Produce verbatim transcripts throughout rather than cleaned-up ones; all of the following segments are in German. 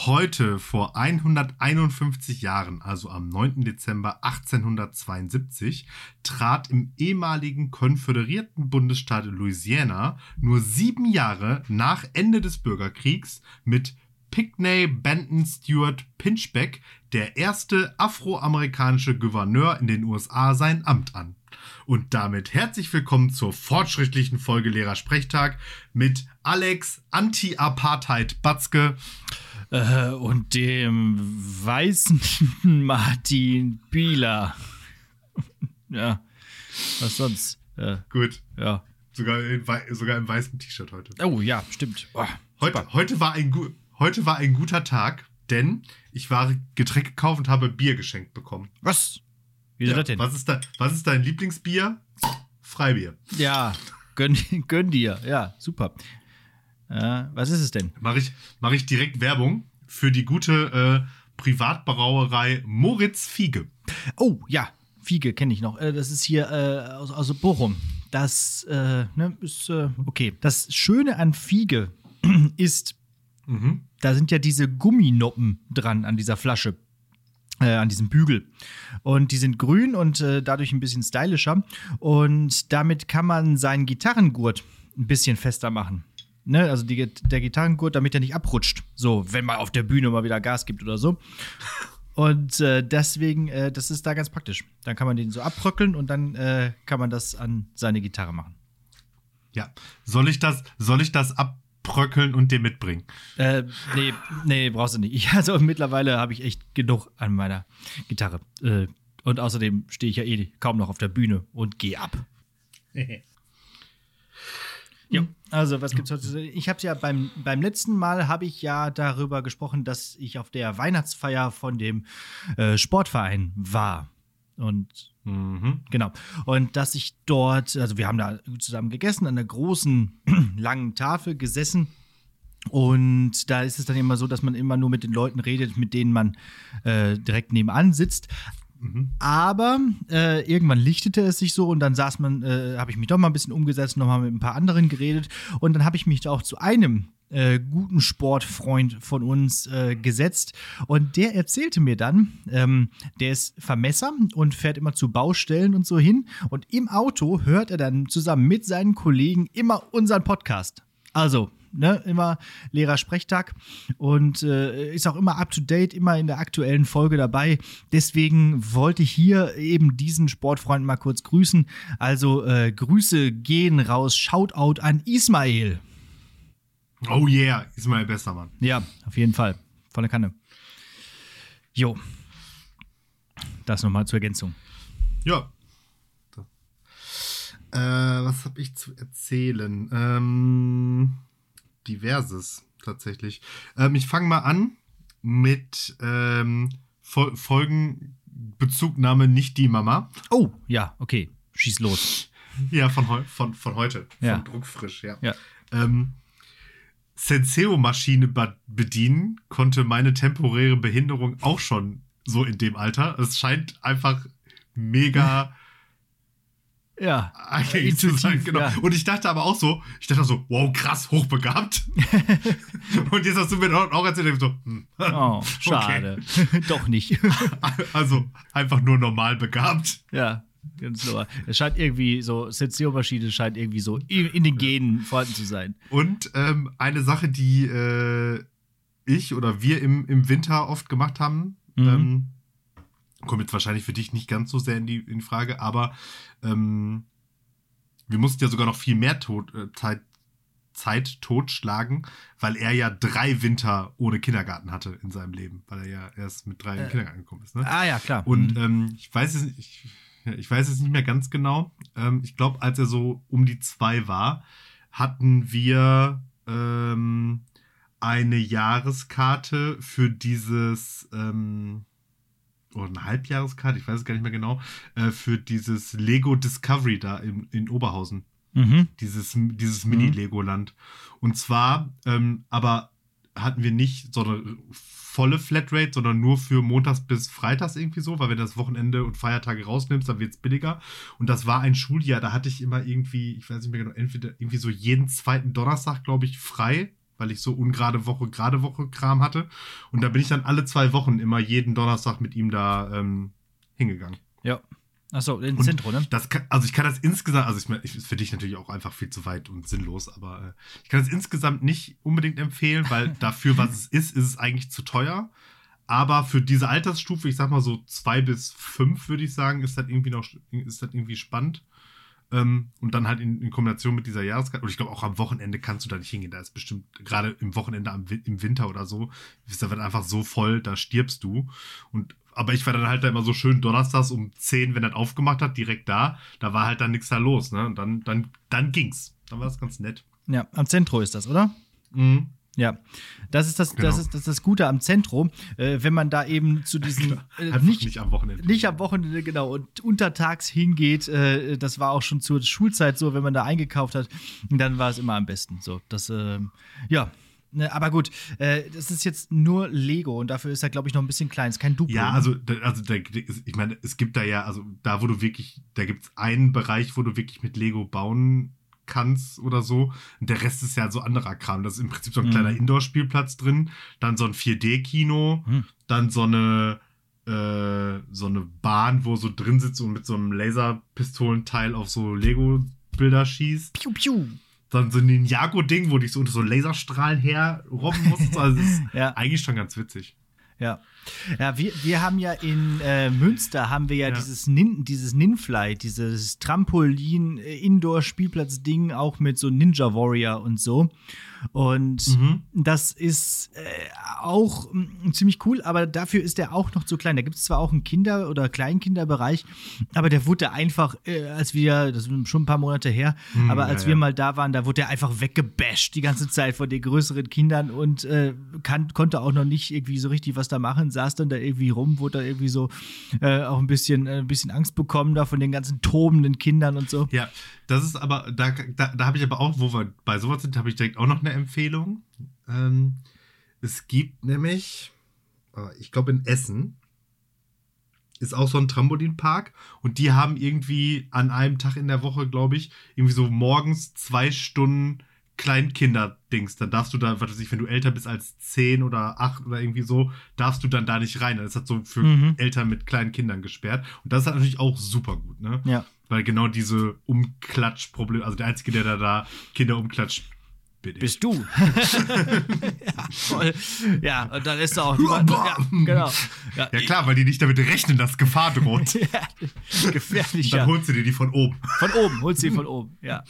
Heute vor hunderteinundfünfzig Jahren, also am neunten Dezember achtzehnhundertzweiundsiebzig, trat im ehemaligen konföderierten Bundesstaat Louisiana nur sieben Jahre nach Ende des Bürgerkriegs mit Pinckney Benton Stewart Pinchbeck, der erste afroamerikanische Gouverneur in den U S A, sein Amt an. Und damit herzlich willkommen zur fortschrittlichen Folge Lehrersprechtag mit Alex Anti-Apartheid Batzke äh, und dem weißen Martin Bieler. Ja, was sonst? Äh, Gut. Ja. Sogar, in, sogar im weißen T-Shirt heute. Oh ja, stimmt. Oh, heute, heute, war ein, heute war ein guter Tag, denn ich war Getränke gekauft und habe Bier geschenkt bekommen. Was? Wieso ja, das denn? Was ist, da, was ist dein Lieblingsbier? Freibier. Ja, gönn, gönn dir. Ja, super. Äh, was ist es denn? Mache ich, mach ich direkt Werbung für die gute äh, Privatbrauerei Moritz Fiege. Oh, ja, Fiege kenne ich noch. Äh, das ist hier äh, aus, aus Bochum. Das äh, ne, ist äh, okay. Das Schöne an Fiege ist, mhm. da sind ja diese Gumminoppen dran an dieser Flasche. Äh, an diesem Bügel. Und die sind grün und äh, dadurch ein bisschen stylischer. Und damit kann man seinen Gitarrengurt ein bisschen fester machen. Ne? Also die, der Gitarrengurt, damit er nicht abrutscht. So, wenn man auf der Bühne mal wieder Gas gibt oder so. Und äh, deswegen, äh, das ist da ganz praktisch. Dann kann man den so abbröckeln und dann äh, kann man das an seine Gitarre machen. Ja. Soll ich das, soll ich das ab bröckeln und dir mitbringen? Äh, nee, nee, brauchst du nicht. Ich, also mittlerweile habe ich echt genug an meiner Gitarre. Äh, und außerdem stehe ich ja eh kaum noch auf der Bühne und gehe ab. Ja, also was gibt's heute? Ich habe ja beim, beim letzten Mal habe ich ja darüber gesprochen, dass ich auf der Weihnachtsfeier von dem äh, Sportverein war. Und mhm. genau. Und dass ich dort, also wir haben da zusammen gegessen, an einer großen, langen Tafel gesessen. Und da ist es dann immer so, dass man immer nur mit den Leuten redet, mit denen man äh, direkt nebenan sitzt. Mhm. Aber äh, irgendwann lichtete es sich so und dann saß man, äh, habe ich mich doch mal ein bisschen umgesetzt, nochmal mit ein paar anderen geredet. Und dann habe ich mich da auch zu einem Äh, guten Sportfreund von uns äh, gesetzt und der erzählte mir dann, ähm, der ist Vermesser und fährt immer zu Baustellen und so hin und im Auto hört er dann zusammen mit seinen Kollegen immer unseren Podcast. Also, ne, immer Lehrersprechtag und äh, ist auch immer up to date, immer in der aktuellen Folge dabei. Deswegen wollte ich hier eben diesen Sportfreund mal kurz grüßen. Also äh, Grüße gehen raus, Shoutout an Ismail. Oh yeah, Ismail Bessermann. Ja, auf jeden Fall. Volle Kanne. Jo. Das nochmal zur Ergänzung. Ja. Äh, was habe ich zu erzählen? Ähm, diverses, tatsächlich. Ähm, ich fange mal an mit ähm, Fol- Folgenbezugnahme nicht die Mama. Oh, ja, okay. Schieß los. Ja, von, heu- von, von heute. Ja. Von Druckfrisch, ja. Ja. Ähm, Senseo-Maschine bedienen konnte meine temporäre Behinderung auch schon so in dem Alter. Es scheint einfach mega ja, eingängig zu sein. Genau. Ja. Und ich dachte aber auch so, ich dachte so, wow, krass, hochbegabt. Und jetzt hast du mir auch erzählt, so, hm, oh, schade. Okay. Doch nicht. Also einfach nur normal begabt. Ja. Ganz normal. Es scheint irgendwie so, Senseo-Maschine scheint irgendwie so in den Genen vorhanden zu sein. Und ähm, eine Sache, die äh, ich oder wir im, im Winter oft gemacht haben, mhm. ähm, kommt jetzt wahrscheinlich für dich nicht ganz so sehr in die, in die Frage, aber ähm, wir mussten ja sogar noch viel mehr tot, äh, Zeit, Zeit totschlagen, weil er ja drei Winter ohne Kindergarten hatte in seinem Leben, weil er ja erst mit drei äh, in den Kindergarten gekommen ist. Ne? Ah ja, klar. Und mhm. ähm, ich weiß es nicht, ich, Ich weiß es nicht mehr ganz genau. Ähm, ich glaube, als er so um die zwei war, hatten wir ähm, eine Jahreskarte für dieses, ähm, oder eine Halbjahreskarte, ich weiß es gar nicht mehr genau, äh, für dieses Lego Discovery da in, in Oberhausen. Mhm. Dieses, dieses Mini-Legoland. Und zwar, ähm, aber hatten wir nicht so eine volle Flatrate, sondern nur für montags bis freitags irgendwie so, weil wenn du das Wochenende und Feiertage rausnimmst, dann wird es billiger. Und das war ein Schuljahr, da hatte ich immer irgendwie, ich weiß nicht mehr genau, entweder irgendwie so jeden zweiten Donnerstag, glaube ich, frei weil ich so ungerade Woche, gerade Woche Kram hatte. Und da bin ich dann alle zwei Wochen immer jeden Donnerstag mit ihm da ähm, hingegangen. Ja. Achso, ins Zentrum, ne? Das kann, also ich kann das insgesamt, also ich meine, ist für dich natürlich auch einfach viel zu weit und sinnlos, aber äh, ich kann das insgesamt nicht unbedingt empfehlen, weil dafür, was es ist, ist es eigentlich zu teuer. Aber für diese Altersstufe, ich sag mal so zwei bis fünf, würde ich sagen, ist das irgendwie noch, ist das irgendwie spannend. Ähm, und dann halt in, in Kombination mit dieser Jahreskarte. Und ich glaube, auch am Wochenende kannst du da nicht hingehen. Da ist bestimmt, gerade im Wochenende am, im Winter oder so, da wird einfach so voll, da stirbst du. Und aber ich war dann halt da immer so schön donnerstags um zehn, wenn das aufgemacht hat, direkt da. Da war halt dann nichts da los, ne? Und dann, dann, dann ging's. Dann war das ganz nett. Ja, am Zentrum ist das, oder? Mhm. Ja, das ist das, Genau. das, ist, das ist das Gute am Zentrum, äh, wenn man da eben zu diesen äh, nicht, nicht am Wochenende. Nicht am Wochenende, genau, und untertags hingeht, äh, das war auch schon zur Schulzeit so, wenn man da eingekauft hat, dann war es immer am besten. So, das, äh, ja. Ne, aber gut, äh, das ist jetzt nur Lego und dafür ist er, glaube ich, noch ein bisschen klein. Ist kein Duplo. Ja, also, da- also da, ich meine, es gibt da ja, also da, wo du wirklich, da gibt es einen Bereich, wo du wirklich mit Lego bauen kannst oder so. Und der Rest ist ja so anderer Kram. Das ist im Prinzip so ein Mhm. kleiner Indoor-Spielplatz drin, dann so ein vier D-Kino, Mhm. dann so eine, äh, so eine Bahn, wo so drin sitzt und mit so einem Laserpistolenteil auf so Lego-Bilder schießt. Piu, piu. Dann so ein Ninjago-Ding, wo dich so unter so Laserstrahlen herrobben musst. Also das ist Ja. eigentlich schon ganz witzig. Ja, ja wir, wir haben ja in äh, Münster haben wir ja, Ja. dieses Nin, dieses Ninfly, dieses Trampolin-Indoor-Spielplatz-Ding auch mit so Ninja Warrior und so. Und Mhm. das ist äh, auch mh, ziemlich cool, aber dafür ist der auch noch zu klein. Da gibt es zwar auch einen Kinder- oder Kleinkinderbereich, aber der wurde einfach, äh, als wir, das ist schon ein paar Monate her, Mhm, aber als ja, wir ja. mal da waren, da wurde der einfach weggebasht die ganze Zeit von den größeren Kindern und äh, kann, konnte auch noch nicht irgendwie so richtig was da machen, saß dann da irgendwie rum, wurde da irgendwie so äh, auch ein bisschen, äh, ein bisschen Angst bekommen da von den ganzen tobenden Kindern und so. Ja, das ist aber, da, da, da habe ich aber auch, wo wir bei sowas sind, habe ich direkt auch noch eine Empfehlung. Ähm, es gibt nämlich, äh, ich glaube in Essen, ist auch so ein Trampolinpark und die haben irgendwie an einem Tag in der Woche, glaube ich, irgendwie so morgens zwei Stunden Kleinkinder-Dings. Dann darfst du da, was weiß ich, wenn du älter bist als zehn oder acht oder irgendwie so, darfst du dann da nicht rein. Das hat so für Mhm. Eltern mit kleinen Kindern gesperrt. Und das ist halt natürlich auch super gut, ne? Ja. Weil genau diese Umklatschprobleme, also der Einzige, der da, da Kinder umklatscht, bin ich. Bist du. Ja, voll. Ja, und dann ist da auch niemand. Ja, genau. Ja, Ja klar, weil die nicht damit rechnen, dass Gefahr droht. Ja, gefährlich, Dann ja. holst du dir die von oben. Von oben, holst du ihn von oben, ja.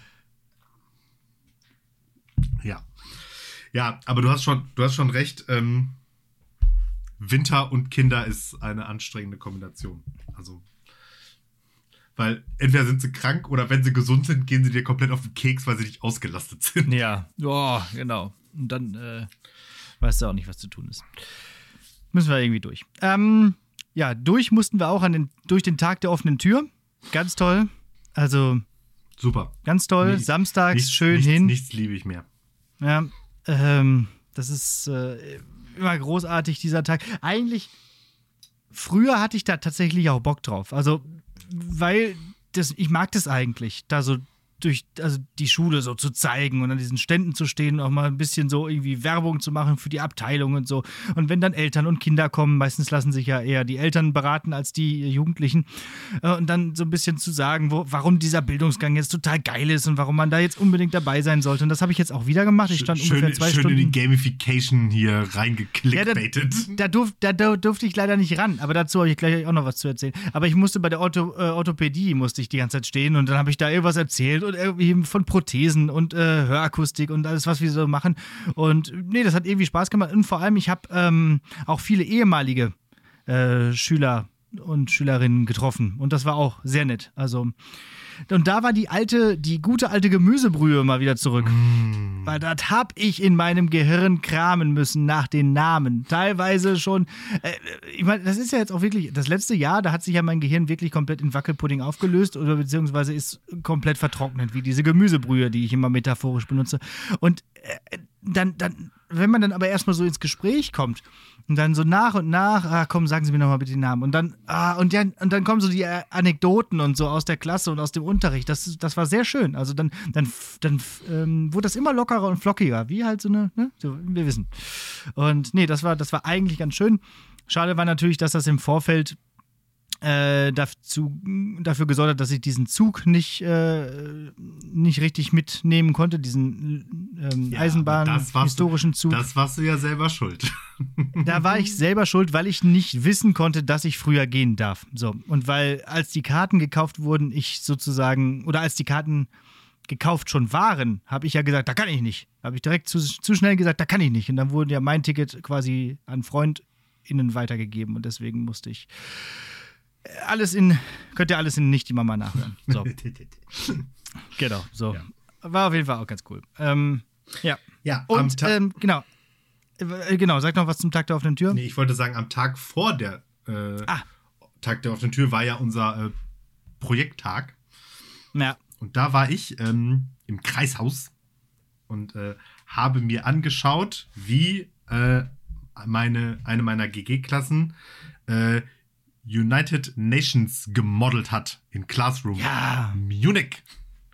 Ja. Ja, aber du hast schon, du hast schon recht. Ähm, Winter und Kinder ist eine anstrengende Kombination. Also, weil entweder sind sie krank oder wenn sie gesund sind, gehen sie dir komplett auf den Keks, weil sie nicht ausgelastet sind. Ja, oh, genau. Und dann äh, weißt du auch nicht, was zu tun ist. Müssen wir irgendwie durch. Ähm, ja, durch mussten wir auch an den, durch den Tag der offenen Tür. Ganz toll. Also, Super. ganz toll. Nichts- Samstags nichts, schön nichts, hin. Nichts liebe ich mehr. Ja, ähm, das ist äh, immer großartig, dieser Tag. Eigentlich, früher hatte ich da tatsächlich auch Bock drauf. Also, weil das, ich mag das eigentlich, da so durch also die Schule so zu zeigen und an diesen Ständen zu stehen und auch mal ein bisschen so irgendwie Werbung zu machen für die Abteilung und so. Und wenn dann Eltern und Kinder kommen, meistens lassen sich ja eher die Eltern beraten als die Jugendlichen. Äh, Und dann so ein bisschen zu sagen, wo, warum dieser Bildungsgang jetzt total geil ist und warum man da jetzt unbedingt dabei sein sollte. Und das habe ich jetzt auch wieder gemacht. Ich stand schön, ungefähr zwei schön Stunden. in die Gamification hier Ja, reingeklickbaitet. da, da, durf, da, da durfte ich leider nicht ran, aber dazu habe ich gleich auch noch was zu erzählen. Aber ich musste bei der Ortho, äh, Orthopädie musste ich die ganze Zeit stehen und dann habe ich da irgendwas erzählt und irgendwie von Prothesen und äh, Hörakustik und alles, was wir so machen. Und nee, das hat irgendwie Spaß gemacht und vor allem, ich habe ähm, auch viele ehemalige äh, Schüler und Schülerinnen getroffen und das war auch sehr nett. Also und da war die alte, die gute alte Gemüsebrühe mal wieder zurück. Mm. Weil das hab ich in meinem Gehirn kramen müssen nach den Namen. Teilweise schon. Äh, ich meine, das ist ja jetzt auch wirklich das letzte Jahr, da hat sich ja mein Gehirn wirklich komplett in Wackelpudding aufgelöst oder beziehungsweise ist komplett vertrocknet, wie diese Gemüsebrühe, die ich immer metaphorisch benutze. Und äh, dann, dann wenn man dann aber erstmal so ins Gespräch kommt und dann so nach und nach, ah, komm, sagen Sie mir nochmal bitte den Namen. Und dann, ah, und dann, und dann kommen so die Anekdoten und so aus der Klasse und aus dem Unterricht. Das, das war sehr schön. Also dann, dann, dann ähm, wurde das immer lockerer und flockiger, wie halt so eine, ne? So, wir wissen. Und nee, das war, das war eigentlich ganz schön. Schade war natürlich, dass das im Vorfeld Äh, dazu, dafür gesorgt hat, dass ich diesen Zug nicht, äh, nicht richtig mitnehmen konnte, diesen ähm, Ja, Eisenbahn, das warst historischen du, Zug. Das warst du ja selber schuld. Da war ich selber schuld, weil ich nicht wissen konnte, dass ich früher gehen darf. So. Und weil, als die Karten gekauft wurden, ich sozusagen, oder als die Karten gekauft schon waren, habe ich ja gesagt, da kann ich nicht. Habe ich direkt zu, zu schnell gesagt, da kann ich nicht. Und dann wurde ja mein Ticket quasi an FreundInnen weitergegeben und deswegen musste ich alles in, könnt ihr alles in Nicht die Mama nachhören. So. Genau, so. Ja. War auf jeden Fall auch ganz cool. Ähm, ja. Ja, und ähm, genau. Äh, genau, sag noch was zum Tag der offenen Tür. Nee, ich wollte sagen, am Tag vor der äh, ah. Tag der offenen Tür war ja unser äh, Projekttag. Ja. Und da war ich ähm, im Kreishaus und äh, habe mir angeschaut, wie äh, meine, eine meiner G G-Klassen äh, United Nations gemodelt hat in Classroom. Ja. Munich.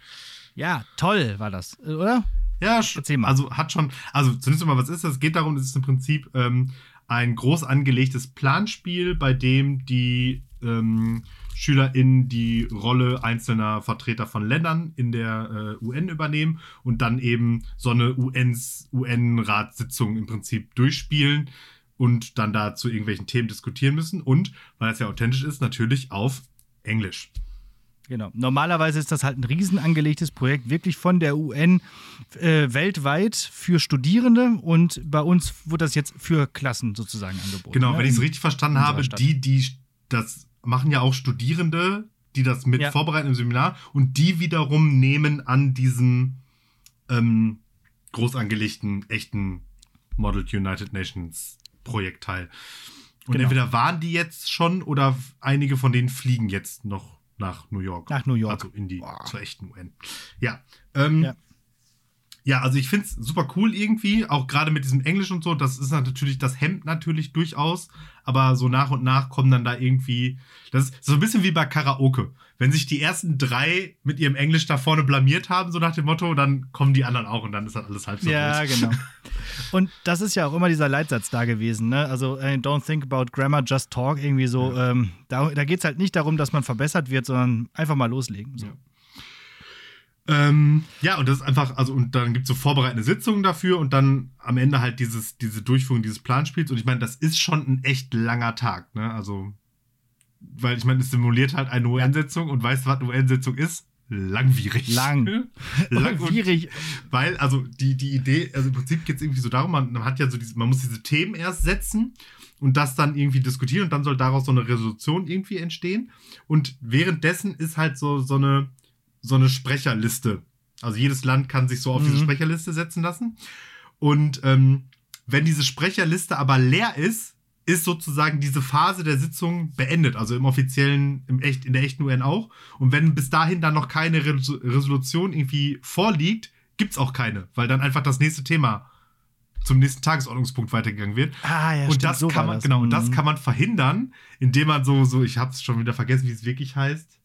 Ja, toll war das, oder? Ja, erzähl mal. Also hat schon, also zunächst mal, was ist das? Es geht darum, es ist im Prinzip ähm, ein groß angelegtes Planspiel, bei dem die ähm, SchülerInnen die Rolle einzelner Vertreter von Ländern in der äh, U N übernehmen und dann eben so eine U N-Ratssitzung im Prinzip durchspielen und dann da zu irgendwelchen Themen diskutieren müssen und, weil das ja authentisch ist, natürlich auf Englisch. Genau. Normalerweise ist das halt ein riesen angelegtes Projekt, wirklich von der U N äh, weltweit für Studierende und bei uns wird das jetzt für Klassen sozusagen angeboten. Genau, ne? wenn ich es richtig verstanden habe, Stadt. die, die das machen ja auch Studierende, die das mit ja. vorbereiten im Seminar und die wiederum nehmen an diesem ähm, groß angelegten, echten Modeled United Nations Projekt teil. Und genau. entweder waren die jetzt schon oder einige von denen fliegen jetzt noch nach New York. Nach New York. Also in die Boah. zur echten U N. Ja. Ähm, ja. ja, also ich finde es super cool irgendwie, auch gerade mit diesem Englisch und so, das ist natürlich, das hemmt natürlich durchaus, aber so nach und nach kommen dann da irgendwie, das ist so ein bisschen wie bei Karaoke. Wenn sich die ersten drei mit ihrem Englisch da vorne blamiert haben, so nach dem Motto, dann kommen die anderen auch und dann ist das alles halb so Ja, gut. genau. Und das ist ja auch immer dieser Leitsatz da gewesen, ne? Also äh, don't think about grammar, just talk, irgendwie so. Ja. Ähm, da da geht es halt nicht darum, dass man verbessert wird, sondern einfach mal loslegen. So. Ja. Ähm, ja, und das ist einfach, also und dann gibt es so vorbereitende Sitzungen dafür und dann am Ende halt dieses, diese Durchführung dieses Planspiels und ich meine, das ist schon ein echt langer Tag, ne? Also weil ich meine, es simuliert halt eine U N-Sitzung und weißt du, was eine U N-Sitzung ist? Langwierig. Lang. Langwierig. Weil, also die, die Idee, also im Prinzip geht es irgendwie so darum, man, man hat ja so diese, man muss diese Themen erst setzen und das dann irgendwie diskutieren und dann soll daraus so eine Resolution irgendwie entstehen. Und währenddessen ist halt so, so eine, so eine Sprecherliste. Also jedes Land kann sich so auf mhm. diese Sprecherliste setzen lassen. Und ähm, wenn diese Sprecherliste aber leer ist, ist sozusagen diese Phase der Sitzung beendet, also im offiziellen, im echt, in der echten U N auch. Und wenn bis dahin dann noch keine Res- Resolution irgendwie vorliegt, gibt's auch keine, weil dann einfach das nächste Thema zum nächsten Tagesordnungspunkt weitergegangen wird. Ah, ja, und stimmt, das so kann man, das. genau, und das Mhm. kann man verhindern, indem man so, so, ich hab's schon wieder vergessen, wie es wirklich heißt.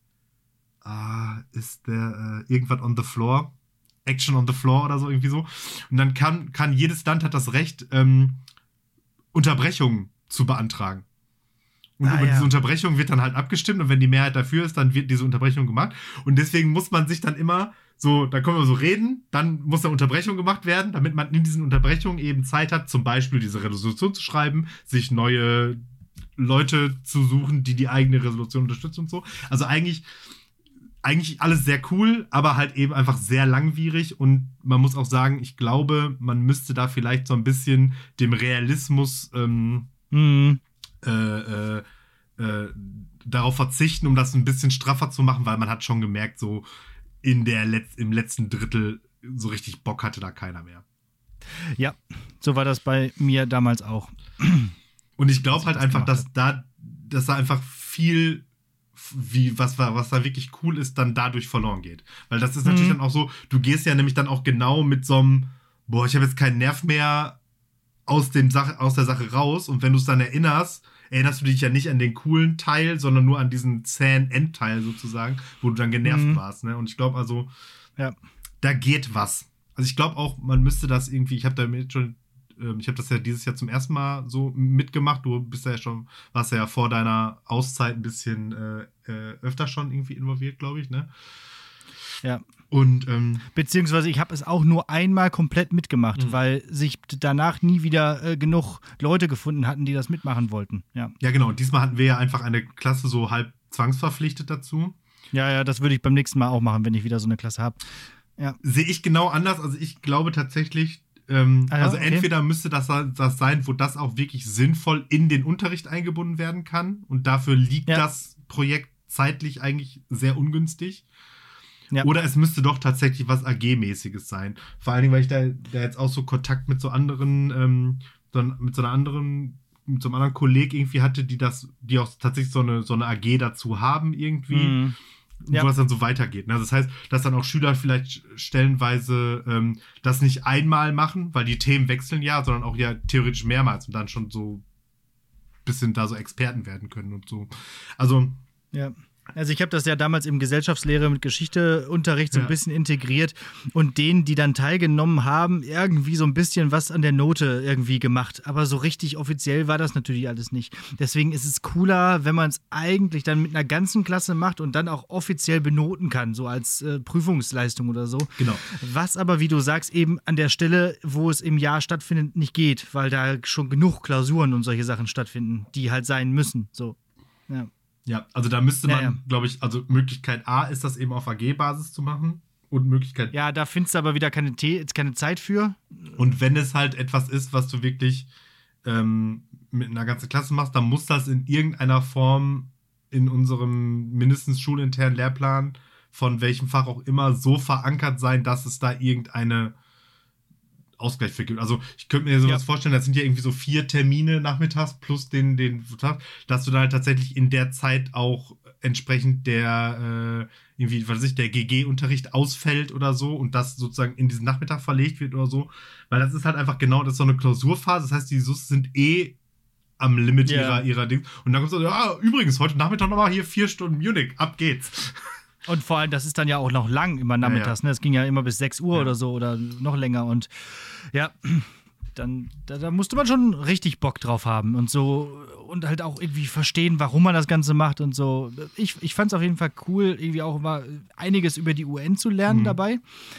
Ah, ist der äh, irgendwas on the floor? Action on the floor oder so, irgendwie so. Und dann kann, kann jedes Land hat das Recht, ähm, Unterbrechungen zu beantragen. Und ah, über ja. diese Unterbrechung wird dann halt abgestimmt und wenn die Mehrheit dafür ist, dann wird diese Unterbrechung gemacht. Und deswegen muss man sich dann immer so, da können wir so reden, dann muss eine Unterbrechung gemacht werden, damit man in diesen Unterbrechungen eben Zeit hat, zum Beispiel diese Resolution zu schreiben, sich neue Leute zu suchen, die die eigene Resolution unterstützen und so. Also eigentlich Eigentlich alles sehr cool, aber halt eben einfach sehr langwierig und man muss auch sagen, ich glaube, man müsste da vielleicht so ein bisschen dem Realismus ähm, Mhm. äh, äh, äh, darauf verzichten, um das ein bisschen straffer zu machen, weil man hat schon gemerkt, so in der Letz- im letzten Drittel so richtig Bock hatte da keiner mehr. Ja, so war das bei mir damals auch. Und ich glaube halt das einfach, gemacht dass da, dass da einfach viel, wie, was, was da wirklich cool ist, dann dadurch verloren geht. Weil das ist natürlich Mhm. dann auch so, du gehst ja nämlich dann auch genau mit so einem, boah, ich habe jetzt keinen Nerv mehr, aus, dem Sache, aus der Sache raus. Und wenn du es dann erinnerst, erinnerst du dich ja nicht an den coolen Teil, sondern nur an diesen zähen Endteil sozusagen, wo du dann genervt mhm. warst. Ne? Und ich glaube also, ja. da geht was. Also ich glaube auch, man müsste das irgendwie, ich habe damit schon, äh, ich habe das ja dieses Jahr zum ersten Mal so mitgemacht. Du bist ja schon, warst ja vor deiner Auszeit ein bisschen äh, äh, öfter schon irgendwie involviert, glaube ich, ne? Ja. Und, ähm, beziehungsweise ich habe es auch nur einmal komplett mitgemacht, mhm. weil sich danach nie wieder äh, genug Leute gefunden hatten, die das mitmachen wollten. Ja, ja genau. Und diesmal hatten wir ja einfach eine Klasse so halb zwangsverpflichtet dazu. Ja, ja, das würde ich beim nächsten Mal auch machen, wenn ich wieder so eine Klasse habe. Ja. Sehe ich genau anders. Also ich glaube tatsächlich, ähm, ah ja, also okay. entweder müsste das das sein, wo das auch wirklich sinnvoll in den Unterricht eingebunden werden kann. Und dafür liegt ja. das Projekt zeitlich eigentlich sehr ungünstig. Ja. Oder es müsste doch tatsächlich was A G-mäßiges sein. Vor allen Dingen, weil ich da, da jetzt auch so Kontakt mit so anderen, ähm, so, mit so einer anderen, mit so einem anderen Kolleg irgendwie hatte, die das, die auch tatsächlich so eine, so eine A G dazu haben irgendwie, mhm. ja. wo das dann so weitergeht. Also das heißt, dass dann auch Schüler vielleicht stellenweise ähm, das nicht einmal machen, weil die Themen wechseln ja, sondern auch ja theoretisch mehrmals und dann schon so ein bisschen da so Experten werden können und so. Also ja. Also ich habe das ja damals im Gesellschaftslehre mit Geschichteunterricht so ein ja. bisschen integriert und denen, die dann teilgenommen haben, irgendwie so ein bisschen was an der Note irgendwie gemacht. Aber so richtig offiziell war das natürlich alles nicht. Deswegen ist es cooler, wenn man es eigentlich dann mit einer ganzen Klasse macht und dann auch offiziell benoten kann, so als äh, Prüfungsleistung oder so. Genau. Was aber, wie du sagst, eben an der Stelle, wo es im Jahr stattfindet, nicht geht, weil da schon genug Klausuren und solche Sachen stattfinden, die halt sein müssen. So, ja. Ja, also da müsste man, ja, ja. glaube ich, also Möglichkeit A ist das eben auf A G-Basis zu machen und Möglichkeit... Ja, da findest du aber wieder keine, T- keine Zeit für. Und wenn es halt etwas ist, was du wirklich ähm, mit einer ganzen Klasse machst, dann muss das in irgendeiner Form in unserem mindestens schulinternen Lehrplan von welchem Fach auch immer so verankert sein, dass es da irgendeine Ausgleich für gibt. Also ich könnte mir sowas ja. vorstellen, das sind ja irgendwie so vier Termine nachmittags plus den, den Tag, dass du dann halt tatsächlich in der Zeit auch entsprechend der äh, irgendwie, was weiß ich, der G G-Unterricht ausfällt oder so und das sozusagen in diesen Nachmittag verlegt wird oder so, weil das ist halt einfach genau, das ist so eine Klausurphase, das heißt, die S U S sind eh am Limit yeah. ihrer, ihrer Dings und dann kommt so, ja, übrigens, heute Nachmittag nochmal hier vier Stunden Munich, ab geht's. Und vor allem, das ist dann ja auch noch lang immer nachmittags, ja, ja. ne? Es ging ja immer bis sechs Uhr ja. oder so oder noch länger und ja, dann da, da musste man schon richtig Bock drauf haben und so und halt auch irgendwie verstehen, warum man das Ganze macht und so. Ich, ich fand es auf jeden Fall cool, irgendwie auch immer einiges über die U N zu lernen mhm. dabei,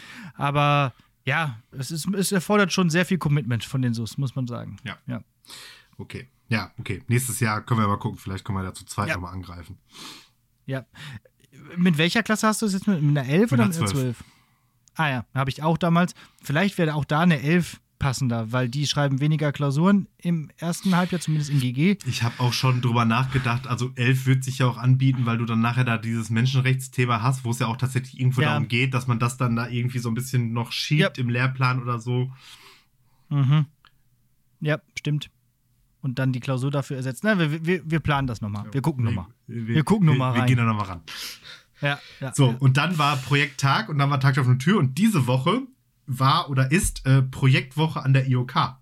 aber ja, es, ist, es erfordert schon sehr viel Commitment von den S U S, muss man sagen. Ja. ja. Okay, ja, okay. Nächstes Jahr können wir mal gucken, vielleicht können wir da zu zweit ja. nochmal angreifen. Ja. Mit welcher Klasse hast du es jetzt? Mit einer elf oder mit einer zwölf? Ah ja, habe ich auch damals. Vielleicht wäre auch da eine elf passender, weil die schreiben weniger Klausuren im ersten Halbjahr, zumindest in G G. Ich habe auch schon drüber nachgedacht, also elf wird sich ja auch anbieten, weil du dann nachher da dieses Menschenrechtsthema hast, wo es ja auch tatsächlich irgendwo ja. darum geht, dass man das dann da irgendwie so ein bisschen noch schiebt ja. im Lehrplan oder so. Mhm. Ja, stimmt. Und dann die Klausur dafür ersetzt. Na, wir, wir, wir planen das nochmal. Wir gucken nochmal. Wir, wir, wir gucken nochmal rein. Wir gehen da nochmal ran. Ja, ja, so, ja. Und dann war Projekttag und dann war Tag der offenen Tür und diese Woche war oder ist äh, Projektwoche an der I O K.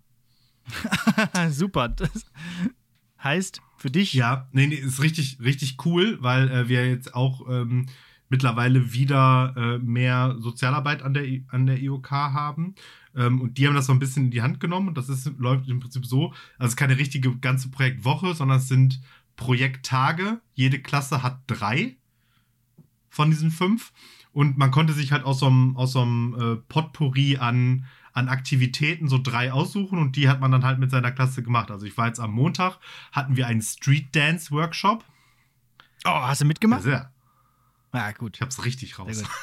Super. Das heißt, für dich? Ja, nee, nee, ist richtig, richtig cool, weil äh, wir jetzt auch ähm, mittlerweile wieder äh, mehr Sozialarbeit an der, an der I O K haben. Ähm, und die haben das so ein bisschen in die Hand genommen. Und das ist, läuft im Prinzip so, also es ist keine richtige ganze Projektwoche, sondern es sind Projekttage. Jede Klasse hat drei von diesen fünf. Und man konnte sich halt aus so einem, aus so einem äh, Potpourri an, an Aktivitäten so drei aussuchen. Und die hat man dann halt mit seiner Klasse gemacht. Also ich war jetzt am Montag, hatten wir einen Street Dance Workshop. Oh, hast du mitgemacht? Ja, sehr. Ja, gut. Ich hab's richtig raus. Sehr gut.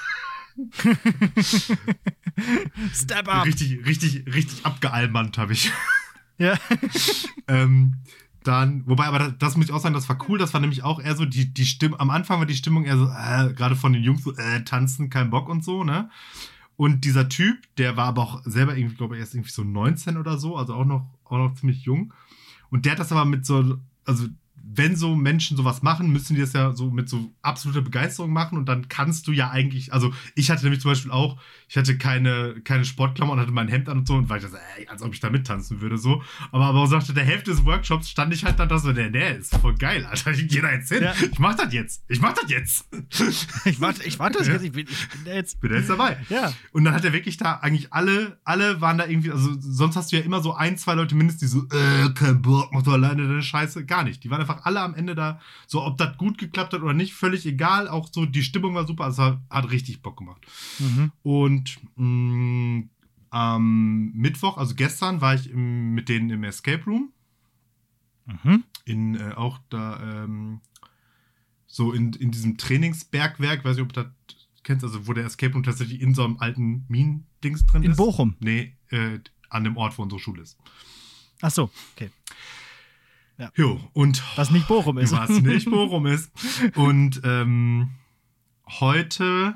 Step up. Richtig, richtig, richtig abgealbert habe ich. Ja. ähm, dann, wobei, aber das, das muss ich auch sagen, das war cool. Das war nämlich auch eher so die, die Stimmung. Am Anfang war die Stimmung eher so, äh, gerade von den Jungs so, äh, tanzen, kein Bock und so, ne? Und dieser Typ, der war aber auch selber irgendwie, glaube ich, erst irgendwie so neunzehn oder so, also auch noch, auch noch ziemlich jung. Und der hat das aber mit so, also wenn so Menschen sowas machen, müssen die das ja so mit so absoluter Begeisterung machen und dann kannst du ja eigentlich, also ich hatte nämlich zum Beispiel auch, ich hatte keine, keine Sportklamotten, hatte mein Hemd an und so und war ich das, ey, als ob ich da mittanzen würde, so. Aber, aber so nach der Hälfte des Workshops stand ich halt dann da so, der, der ist voll geil, Alter, ich geh da jetzt hin. Ja. Ich mach das jetzt. Ich mach das jetzt. ich mach, ich mach das jetzt. Ich bin, ich bin da jetzt. Bin da jetzt dabei. Ja. Und dann hat er wirklich da, eigentlich alle, alle waren da irgendwie, also sonst hast du ja immer so ein, zwei Leute mindestens, die so, äh, kein Bock, mach doch alleine deine Scheiße. Gar nicht. Die waren einfach alle am Ende da, so ob das gut geklappt hat oder nicht, völlig egal. Auch so, die Stimmung war super, also hat, hat richtig Bock gemacht. Mhm. Und mh, am Mittwoch, also gestern, war ich im, mit denen im Escape Room. Mhm. In, äh, auch da, ähm, so in, in diesem Trainingsbergwerk, weiß nicht, ob du das kennst, also wo der Escape Room tatsächlich in so einem alten Minendings drin in ist. In Bochum? Nee, äh, an dem Ort, wo unsere Schule ist. Ach so, okay. Ja. Jo, und was nicht Bochum ist. Was nicht Bochum ist. Und ähm, heute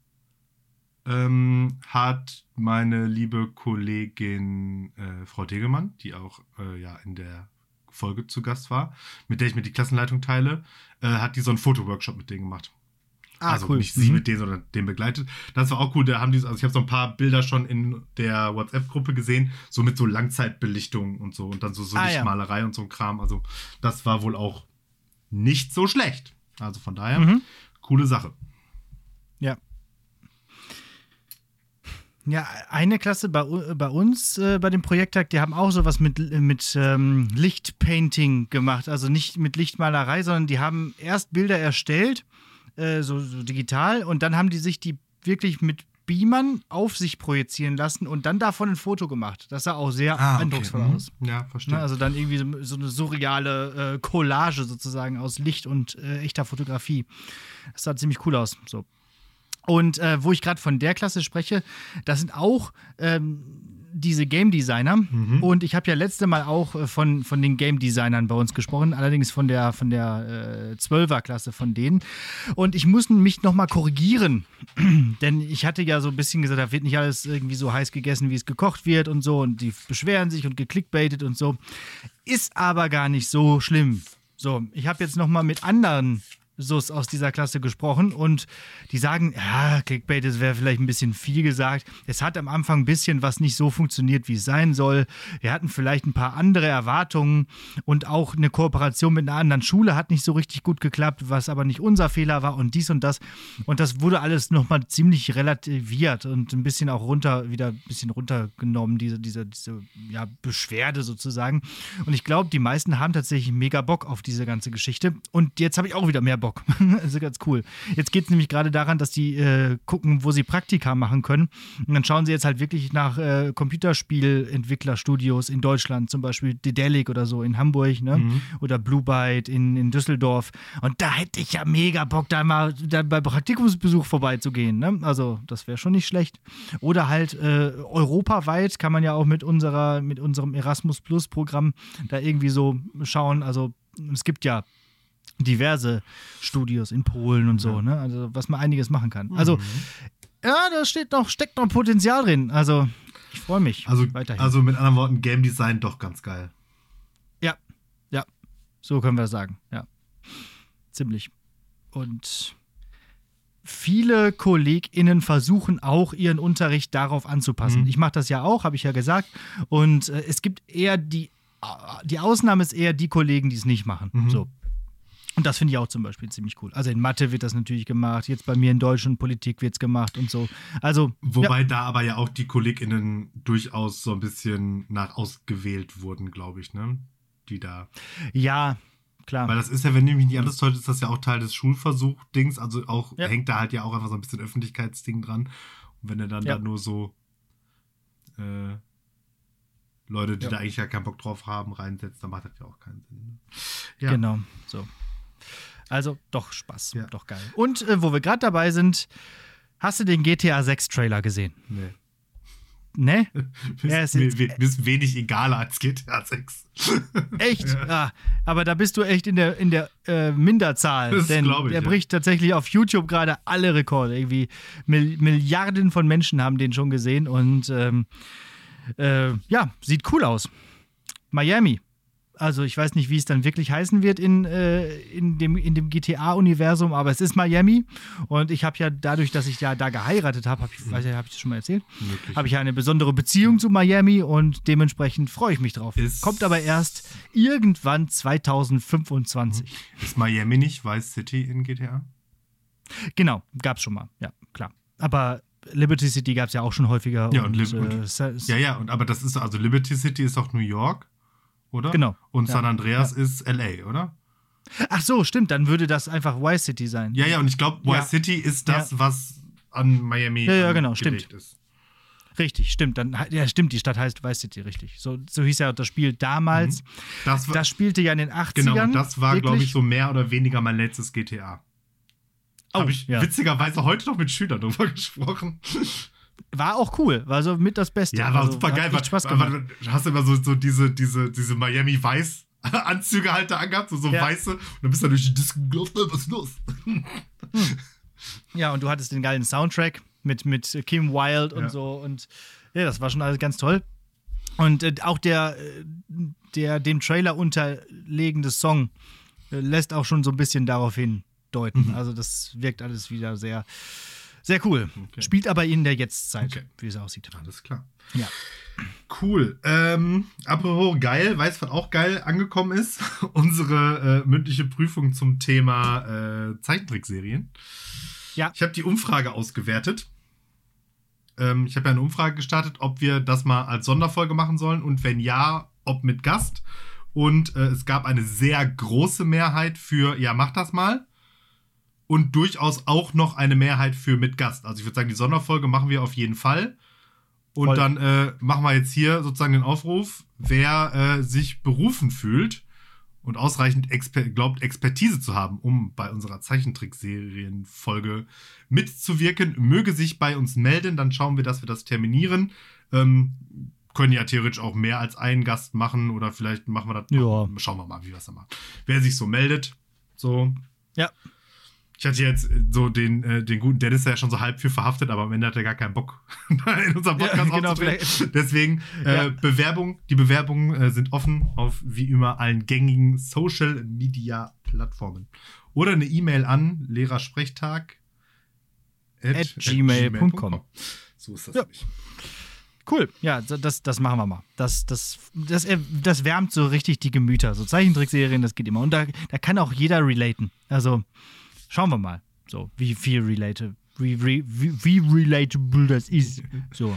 ähm, hat meine liebe Kollegin äh, Frau Degelmann, die auch äh, ja in der Folge zu Gast war, mit der ich mir die Klassenleitung teile, äh, hat die so einen Fotoworkshop mit denen gemacht. Ah, also cool. Nicht sie mhm. mit denen, sondern den begleitet. Das war auch cool. Da haben die, also ich habe so ein paar Bilder schon in der WhatsApp-Gruppe gesehen, so mit so Langzeitbelichtung und so und dann so, so ah, Lichtmalerei ja. und so ein Kram. Also das war wohl auch nicht so schlecht. Also von daher, mhm. coole Sache. Ja. Ja, eine Klasse bei, bei uns, äh, bei dem Projekttag, die haben auch sowas mit, mit ähm, Lichtpainting gemacht. Also nicht mit Lichtmalerei, sondern die haben erst Bilder erstellt, So, so digital und dann haben die sich die wirklich mit Beamern auf sich projizieren lassen und dann davon ein Foto gemacht. Das sah auch sehr ah, eindrucksvoll okay. aus. Ja, verstehe. Also dann irgendwie so, so eine surreale äh, Collage sozusagen aus Licht und äh, echter Fotografie. Das sah ziemlich cool aus. So. Und äh, wo ich gerade von der Klasse spreche, das sind auch ähm, diese Game Designer. Mhm. Und ich habe ja letzte Mal auch äh, von, von den Game Designern bei uns gesprochen, allerdings von der von der äh, Zwölfer-Klasse von denen. Und ich muss mich nochmal korrigieren, denn ich hatte ja so ein bisschen gesagt, da wird nicht alles irgendwie so heiß gegessen, wie es gekocht wird und so. Und die beschweren sich und geklickbaitet und so. Ist aber gar nicht so schlimm. So, ich habe jetzt nochmal mit anderen Sus aus dieser Klasse gesprochen und die sagen, ja, Clickbait, das wäre vielleicht ein bisschen viel gesagt. Es hat am Anfang ein bisschen was nicht so funktioniert, wie es sein soll. Wir hatten vielleicht ein paar andere Erwartungen und auch eine Kooperation mit einer anderen Schule hat nicht so richtig gut geklappt, was aber nicht unser Fehler war und dies und das. Und das wurde alles nochmal ziemlich relativiert und ein bisschen auch runter, wieder ein bisschen runtergenommen, diese, diese, diese ja, Beschwerde sozusagen. Und ich glaube, die meisten haben tatsächlich mega Bock auf diese ganze Geschichte. Und jetzt habe ich auch wieder mehr Bock. Also ganz cool. Jetzt geht es nämlich gerade daran, dass die äh, gucken, wo sie Praktika machen können. Und dann schauen sie jetzt halt wirklich nach äh, Computerspielentwicklerstudios in Deutschland, zum Beispiel Dedelic oder so in Hamburg, ne? Mhm. Oder Blue Byte in, in Düsseldorf. Und da hätte ich ja mega Bock, da mal da bei Praktikumsbesuch vorbeizugehen. Ne? Also das wäre schon nicht schlecht. Oder halt äh, europaweit kann man ja auch mit unserer, mit unserem Erasmus Plus Programm da irgendwie so schauen. Also es gibt ja diverse Studios in Polen und so, ja. ne? Also was man einiges machen kann. Mhm. Also ja, da steht noch, steckt noch Potenzial drin. Also ich freue mich also, weiterhin. Also mit anderen Worten, Game Design doch ganz geil. Ja, ja, so können wir sagen, ja. Ziemlich. Und viele KollegInnen versuchen auch, ihren Unterricht darauf anzupassen. Mhm. Ich mache das ja auch, habe ich ja gesagt. Und äh, es gibt eher die, die Ausnahme ist eher die Kollegen, die es nicht machen. Mhm. So. Und das finde ich auch zum Beispiel ziemlich cool. Also in Mathe wird das natürlich gemacht, jetzt bei mir in Deutsch und Politik wird es gemacht und so. Also, Wobei ja. da aber ja auch die KollegInnen durchaus so ein bisschen nach ausgewählt wurden, glaube ich, ne? Die da. Ja, klar. Weil das ist ja, wenn nämlich nicht alles täuscht, ist das ja auch Teil des Schulversuch-Dings. Also auch ja. hängt da halt ja auch einfach so ein bisschen Öffentlichkeitsding dran. Und wenn er dann ja. da nur so äh, Leute, die ja. da eigentlich ja keinen Bock drauf haben, reinsetzt, dann macht das ja auch keinen Sinn. Ja. Genau, so. Also doch Spaß, ja. doch geil. Und äh, wo wir gerade dabei sind, hast du den G T A sechs Trailer gesehen? Nee. Ne? Bist, ja, we- bist wenig egaler als G T A sechs. Echt? Ja. Ah, aber da bist du echt in der, in der äh, Minderzahl. Das denn ich, der ja. bricht tatsächlich auf YouTube gerade alle Rekorde. Irgendwie Mil- Milliarden von Menschen haben den schon gesehen und ähm, äh, ja, sieht cool aus. Miami. Also ich weiß nicht, wie es dann wirklich heißen wird in, äh, in dem, in dem G T A-Universum, aber es ist Miami. Und ich habe ja dadurch, dass ich ja da geheiratet habe, hab ich, weiß ja, habe ich das schon mal erzählt, habe ich ja eine besondere Beziehung zu Miami und dementsprechend freue ich mich drauf. Ist Kommt aber erst irgendwann zwanzig fünfundzwanzig. Ist Miami nicht Vice City in G T A? Genau, gab's schon mal, ja, klar. Aber Liberty City gab es ja auch schon häufiger. Ja, und, und, äh, und ja, ja, und aber das ist, also Liberty City ist doch New York, oder? Genau. Und ja, San Andreas ja. ist L A, oder? Ach so, stimmt, dann würde das einfach Vice City sein. Ja, ja, und ich glaube, Vice ja. City ist das, ja. was an Miami ja, ja, genau, stimmt. ist. Richtig, stimmt. Dann, ja, stimmt, die Stadt heißt Vice City, richtig. So, so hieß ja das Spiel damals. Mhm. Das, war, das spielte ja in den achtzigern. Genau, das war, glaube ich, so mehr oder weniger mein letztes G T A. Oh, Habe ich ja. witzigerweise heute noch mit Schülern drüber gesprochen. War auch cool, war so mit das Beste. Ja, war also, super geil. Hat Spaß gemacht. War, hast du immer so, so diese, diese, diese Miami Weiß Anzüge halt da angehabt, so, so ja. weiße. Und dann bist du durch die Disco gelaufen, was ist los? Hm. Ja, und du hattest den geilen Soundtrack mit, mit Kim Wilde und ja. so. Und ja, das war schon alles ganz toll. Und äh, auch der, der dem Trailer unterlegende Song äh, lässt auch schon so ein bisschen darauf hindeuten. Mhm. Also das wirkt alles wieder sehr Sehr cool. Okay. Spielt aber in der Jetztzeit, okay. wie es aussieht. Alles klar. Ja. Cool. Ähm, apropos geil, weiß, was auch geil angekommen ist? Unsere äh, mündliche Prüfung zum Thema äh, Zeichentrickserien. Ja. Ich habe die Umfrage ausgewertet. Ähm, ich habe ja eine Umfrage gestartet, ob wir das mal als Sonderfolge machen sollen und wenn ja, ob mit Gast. Und äh, es gab eine sehr große Mehrheit für, ja, mach das mal. Und durchaus auch noch eine Mehrheit für mit Gast. Also ich würde sagen, die Sonderfolge machen wir auf jeden Fall. Und Voll. dann äh, machen wir jetzt hier sozusagen den Aufruf, wer äh, sich berufen fühlt und ausreichend Exper- glaubt, Expertise zu haben, um bei unserer Zeichentrickserienfolge mitzuwirken, möge sich bei uns melden. Dann schauen wir, dass wir das terminieren. Ähm, können ja theoretisch auch mehr als einen Gast machen oder vielleicht machen wir das. Ja. Schauen wir mal, wie wir es dann machen. Wer sich so meldet, so. Ja. Ich hatte jetzt so den, äh, den guten Dennis ja schon so halb für verhaftet, aber am Ende hat er gar keinen Bock, in unserem Podcast ja, genau, aufzutreten. Deswegen, äh, ja. Bewerbung, die Bewerbungen äh, sind offen auf wie immer allen gängigen Social-Media-Plattformen. Oder eine E-Mail an lehrersprechtag at gmail punkt com. So ist das ja. nicht. Cool, ja, das, das machen wir mal. Das, das, das, das wärmt so richtig die Gemüter. So Zeichentrickserien, das geht immer. Und da, da kann auch jeder relaten. Also schauen wir mal, so wie viel relate, wie, wie, wie relatable das ist. So,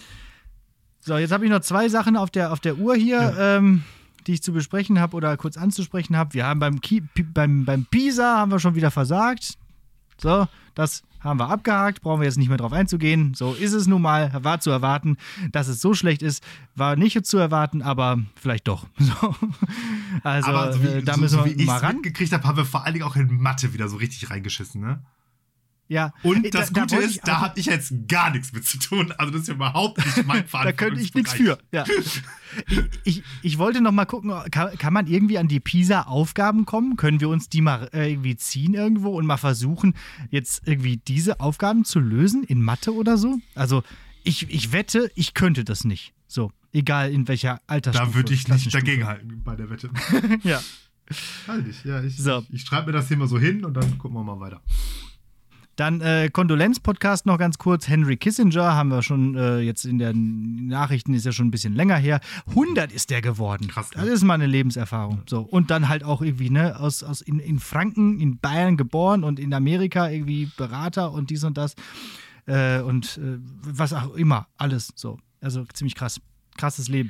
so jetzt habe ich noch zwei Sachen auf der, auf der Uhr hier, ja. ähm, die ich zu besprechen habe oder kurz anzusprechen habe. Wir haben beim, Ki- beim, beim Pisa haben wir schon wieder versagt. So, das haben wir abgehakt, brauchen wir jetzt nicht mehr drauf einzugehen. So ist es nun mal, war zu erwarten. Dass es so schlecht ist, war nicht zu erwarten, aber vielleicht doch. So. Also, aber so wie, äh, da so, müssen so wir wie mal ran. mitgekriegt habe, haben wir vor allen Dingen auch in Mathe wieder so richtig reingeschissen, ne? Ja. Und das da, Gute da ist, da habe ich jetzt gar nichts mit zu tun. Also das ist ja überhaupt nicht mein Verantwortungsbereich. Da könnte ich nichts für. Ja. ich, ich, ich wollte noch mal gucken, kann, kann man irgendwie an die Pisa-Aufgaben kommen? Können wir uns die mal äh, irgendwie ziehen irgendwo und mal versuchen, jetzt irgendwie diese Aufgaben zu lösen in Mathe oder so? Also ich, ich wette, ich könnte das nicht. So, egal in welcher Altersstufe. Da würde ich nicht dagegen halten bei der Wette. Ja. Halt ich, ja. Ich, so. ich, ich schreibe mir das hier mal so hin und dann gucken wir mal weiter. Dann äh, Kondolenz-Podcast noch ganz kurz. Henry Kissinger haben wir schon äh, jetzt in den Nachrichten, ist ja schon ein bisschen länger her. hundert ist der geworden. Krass. Ne? Das ist mal eine Lebenserfahrung. So. Und dann halt auch irgendwie, ne, aus, aus in, in Franken, in Bayern geboren und in Amerika irgendwie Berater und dies und das. Äh, und äh, was auch immer. Alles so. Also ziemlich krass. Krasses Leben.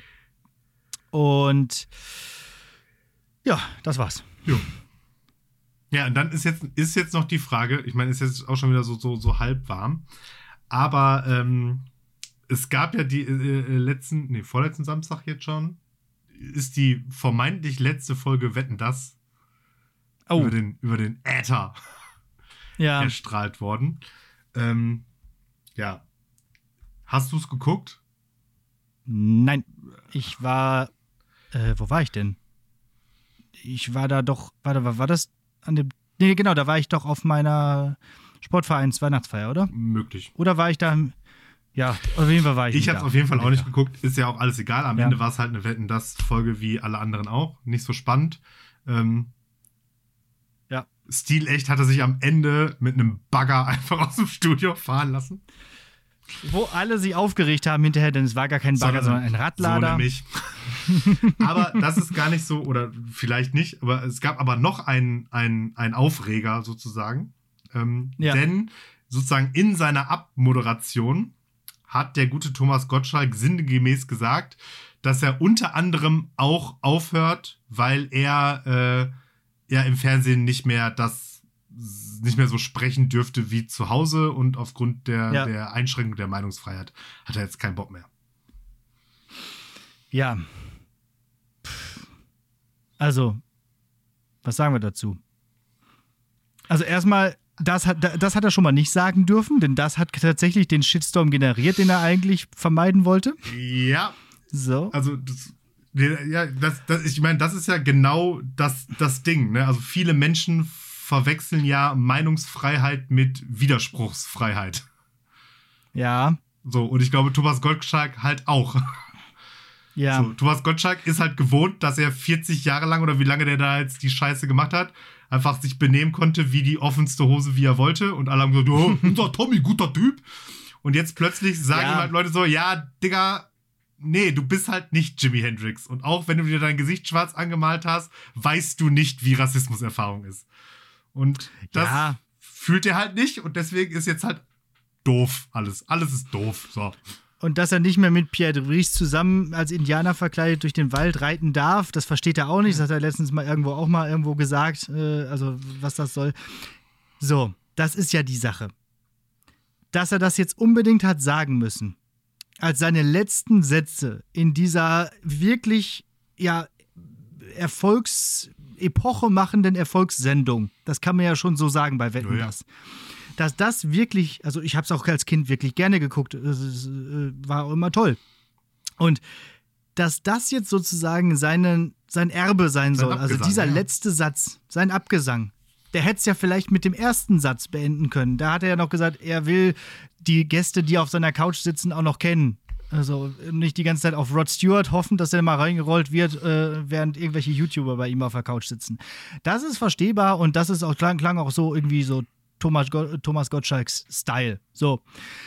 Und ja, das war's. Jo. Ja, und dann ist jetzt, ist jetzt noch die Frage, ich meine, ist jetzt auch schon wieder so, so, so halb warm, aber ähm, es gab ja die äh, letzten, nee, vorletzten Samstag jetzt schon, ist die vermeintlich letzte Folge Wetten, dass oh. über den, über den Äther ja. erstrahlt worden. Ähm, ja. Hast du es geguckt? Nein. Ich war, äh, wo war ich denn? Ich war da doch, warte, war, war das an dem, nee, genau, da war ich doch auf meiner Sportvereins-Weihnachtsfeier, oder? Möglich. Oder war ich da, Ja, auf jeden Fall war ich Ich habe es auf jeden Fall auch nicht geguckt. Ist ja auch alles egal. Am ja. Ende war es halt eine Wetten-das-Folge wie alle anderen auch. Nicht so spannend. Ähm, ja. Stilecht hat er sich am Ende mit einem Bagger einfach aus dem Studio fahren lassen. Wo alle sich aufgeregt haben hinterher, denn es war gar kein Bagger, sondern, sondern ein Radlader. So nämlich. Aber das ist gar nicht so, oder vielleicht nicht, aber es gab aber noch einen ein Aufreger sozusagen. Ähm, ja. Denn sozusagen in seiner Abmoderation hat der gute Thomas Gottschalk sinngemäß gesagt, dass er unter anderem auch aufhört, weil er äh, ja im Fernsehen nicht mehr das nicht mehr so sprechen dürfte wie zu Hause und aufgrund der, ja. der Einschränkung der Meinungsfreiheit hat er jetzt keinen Bock mehr. Ja. Also, was sagen wir dazu? Also erstmal, das hat, das hat er schon mal nicht sagen dürfen, denn das hat tatsächlich den Shitstorm generiert, den er eigentlich vermeiden wollte. Ja. So. Also, das, ja, das, das, ich meine, das ist ja genau das, das Ding, ne? Also viele Menschen verwechseln ja Meinungsfreiheit mit Widerspruchsfreiheit. Ja. So, und ich glaube, Thomas Gottschalk halt auch. Ja. So, Thomas Gottschalk ist halt gewohnt, dass er vierzig Jahre lang oder wie lange der da jetzt die Scheiße gemacht hat, einfach sich benehmen konnte wie die offenste Hose, wie er wollte. Und alle haben gesagt, oh, unser Tommy, guter Typ. Und jetzt plötzlich sagen ja. ihm halt Leute so, ja, Digga, nee, du bist halt nicht Jimi Hendrix. Und auch wenn du dir dein Gesicht schwarz angemalt hast, weißt du nicht, wie Rassismuserfahrung ist. Und das ja. fühlt er halt nicht. Und deswegen ist jetzt halt doof alles. Alles ist doof. So. Und dass er nicht mehr mit Pierre de Vries zusammen als Indianer verkleidet durch den Wald reiten darf, das versteht er auch nicht. Das hat er letztens mal irgendwo auch mal irgendwo gesagt. Äh, also, was das soll. So, das ist ja die Sache. Dass er das jetzt unbedingt hat sagen müssen, als seine letzten Sätze in dieser wirklich, ja, Erfolgs- Epoche machenden Erfolgssendung. Das kann man ja schon so sagen bei Wetten, dass. Ja, ja. Dass das wirklich, also ich habe es auch als Kind wirklich gerne geguckt, es war auch immer toll. Und dass das jetzt sozusagen seinen, sein Erbe sein soll, also dieser ja. letzte Satz, sein Abgesang, der hätte es ja vielleicht mit dem ersten Satz beenden können. Da hat er ja noch gesagt, er will die Gäste, die auf seiner Couch sitzen, auch noch kennen. Also nicht die ganze Zeit auf Rod Stewart hoffen, dass er mal reingerollt wird, äh, während irgendwelche YouTuber bei ihm auf der Couch sitzen. Das ist verstehbar und das ist auch klang, klang auch so irgendwie so Thomas, Go- Thomas Gottschalks Style. So.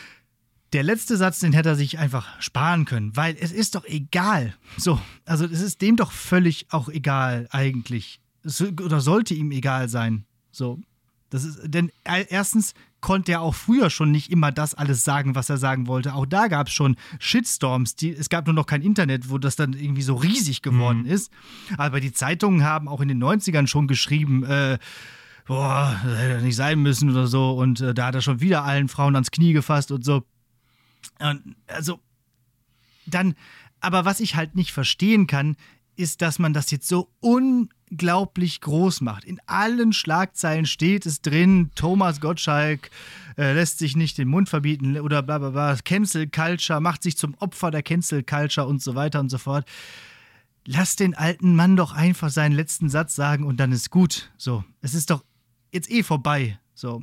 Der letzte Satz, den hätte er sich einfach sparen können, weil es ist doch egal. So, also es ist dem doch völlig auch egal eigentlich. Es, oder sollte ihm egal sein. So. Das ist, denn erstens konnte er auch früher schon nicht immer das alles sagen, was er sagen wollte. Auch da gab es schon Shitstorms. Die, es gab nur noch kein Internet, wo das dann irgendwie so riesig geworden mhm. ist. Aber die Zeitungen haben auch in den neunzigern schon geschrieben, äh, boah, das hätte nicht sein müssen oder so. Und äh, da hat er schon wieder allen Frauen ans Knie gefasst und so. Und also, dann, aber was ich halt nicht verstehen kann, ist, dass man das jetzt so unglaublich groß macht. In allen Schlagzeilen steht es drin, Thomas Gottschalk äh, lässt sich nicht den Mund verbieten oder bla bla bla, Cancel Culture, macht sich zum Opfer der Cancel Culture und so weiter und so fort. Lass den alten Mann doch einfach seinen letzten Satz sagen und dann ist gut. So, es ist doch jetzt eh vorbei. So.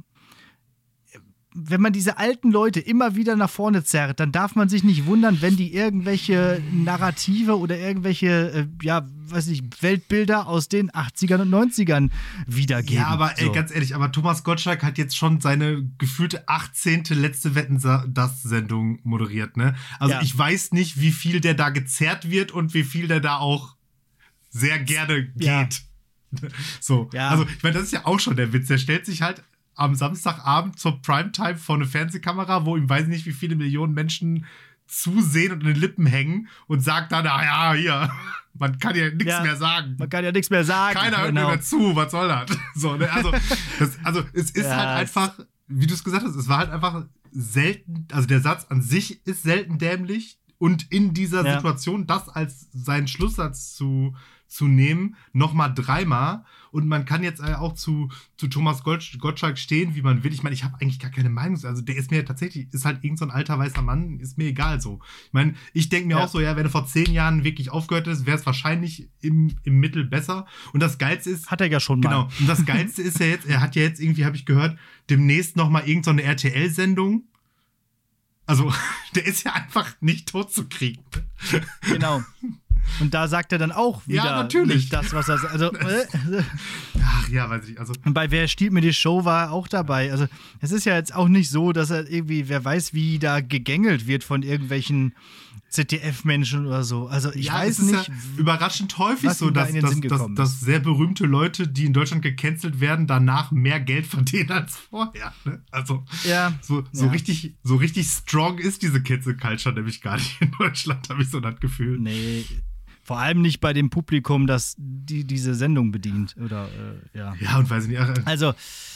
Wenn man diese alten Leute immer wieder nach vorne zerrt, dann darf man sich nicht wundern, wenn die irgendwelche Narrative oder irgendwelche, äh, ja, weiß nicht, Weltbilder aus den achtzigern und neunzigern wiedergeben. Ja, aber ey, so. ganz ehrlich, aber Thomas Gottschalk hat jetzt schon seine gefühlte achtzehnte letzte Wetten-das-Sendung moderiert, ne? Also ja. Ich weiß nicht, wie viel der da gezerrt wird und wie viel der da auch sehr gerne geht. Ja. So, ja. Also ich meine, das ist ja auch schon der Witz. Der stellt sich halt am Samstagabend zur Primetime vor eine Fernsehkamera, wo ihm weiß ich nicht, wie viele Millionen Menschen zusehen und in den Lippen hängen und sagt dann, ah ja, hier, man kann ja nichts ja, mehr sagen. Man kann ja nichts mehr sagen. Keiner hört genau. mir mehr zu, was soll das? So, ne? also, das, also es ist ja, halt einfach, wie du es gesagt hast, es war halt einfach selten, also der Satz an sich ist selten dämlich und in dieser ja. Situation das als seinen Schlusssatz zu zu nehmen, nochmal dreimal. Und man kann jetzt auch zu, zu Thomas Gottschalk stehen, wie man will. Ich meine, ich habe eigentlich gar keine Meinung. Also der ist mir tatsächlich, ist halt irgend so ein alter weißer Mann, ist mir egal so. Ich meine, ich denke mir ja. auch so, ja, wenn er vor zehn Jahren wirklich aufgehört ist, wäre es wahrscheinlich im, im Mittel besser. Und das Geilste ist... Hat er ja schon mal. Genau. Und das Geilste ist ja jetzt, er hat ja jetzt irgendwie, habe ich gehört, demnächst nochmal irgend so eine R T L-Sendung, Also, der ist ja einfach nicht tot zu kriegen. Genau. Und da sagt er dann auch wieder ja, natürlich. nicht das, was er sagt. Also, äh, Ach ja, weiß ich. Also. Und bei Wer stiehlt mir die Show war er auch dabei. Also es ist ja jetzt auch nicht so, dass er irgendwie, wer weiß, wie da gegängelt wird von irgendwelchen Z D F-Menschen oder so. Also ich ja, weiß es ist nicht. Ja überraschend häufig was so, ihm da dass, in den dass, Sinn dass, gekommen dass ist. sehr berühmte Leute, die in Deutschland gecancelt werden, danach mehr Geld verdienen als vorher. Ne? Also Ja, so, so, ja. richtig, so richtig strong ist diese Cancel Culture nämlich gar nicht in Deutschland, habe ich so das Gefühl. Nee. Vor allem nicht bei dem Publikum, das die, diese Sendung bedient. Oder, äh, ja. Ja, und weiß ich nicht. ach, Also,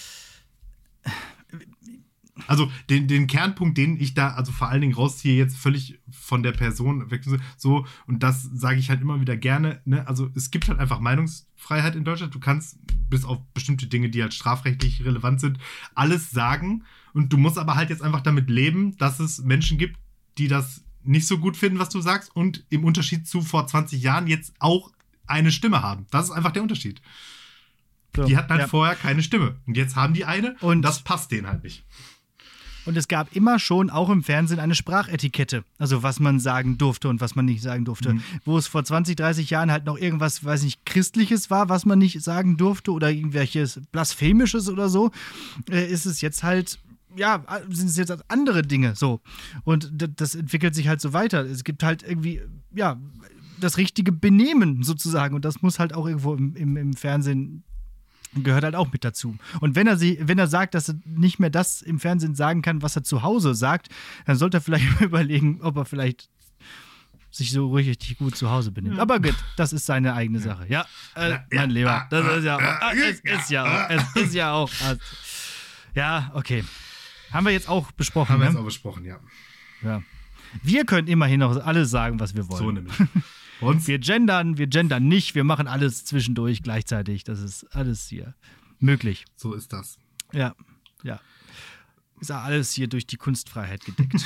Also den, den Kernpunkt, den ich da also vor allen Dingen rausziehe, jetzt völlig von der Person weg, so, und das sage ich halt immer wieder gerne, ne? Also es gibt halt einfach Meinungsfreiheit in Deutschland. Du kannst bis auf bestimmte Dinge, die halt strafrechtlich relevant sind, alles sagen, und du musst aber halt jetzt einfach damit leben, dass es Menschen gibt, die das nicht so gut finden, was du sagst, und im Unterschied zu vor zwanzig Jahren jetzt auch eine Stimme haben. Das ist einfach der Unterschied. so, Die hatten halt ja. vorher keine Stimme. Und jetzt haben die eine, und, Und- das passt denen halt nicht. Und es gab immer schon, auch im Fernsehen, eine Sprachetikette. Also was man sagen durfte und was man nicht sagen durfte. Mhm. Wo es vor zwanzig, dreißig Jahren halt noch irgendwas, weiß nicht, Christliches war, was man nicht sagen durfte oder irgendwelches Blasphemisches oder so, äh, ist es jetzt halt, ja, sind es jetzt andere Dinge so. Und d- das entwickelt sich halt so weiter. Es gibt halt irgendwie, ja, das richtige Benehmen sozusagen. Und das muss halt auch irgendwo im, im, im Fernsehen gehört halt auch mit dazu. Und wenn er sie, wenn er sagt, dass er nicht mehr das im Fernsehen sagen kann, was er zu Hause sagt, dann sollte er vielleicht überlegen, ob er vielleicht sich so richtig gut zu Hause benimmt. Ja. Aber gut, das ist seine eigene Sache. Ja, äh, Ja, mein ja, Lieber, das ja, ist ja auch, ja, ah, es ist ja auch, es ist ja auch. Also, ja, okay. Haben wir jetzt auch besprochen, Haben wir ne? jetzt auch besprochen, ja. Ja. Wir können immerhin noch alles sagen, was wir wollen. So nämlich. Und Wir gendern, wir gendern nicht, wir machen alles zwischendurch gleichzeitig. Das ist alles hier möglich. so ist das. Ja, ja. Ist ja alles hier durch die Kunstfreiheit gedeckt.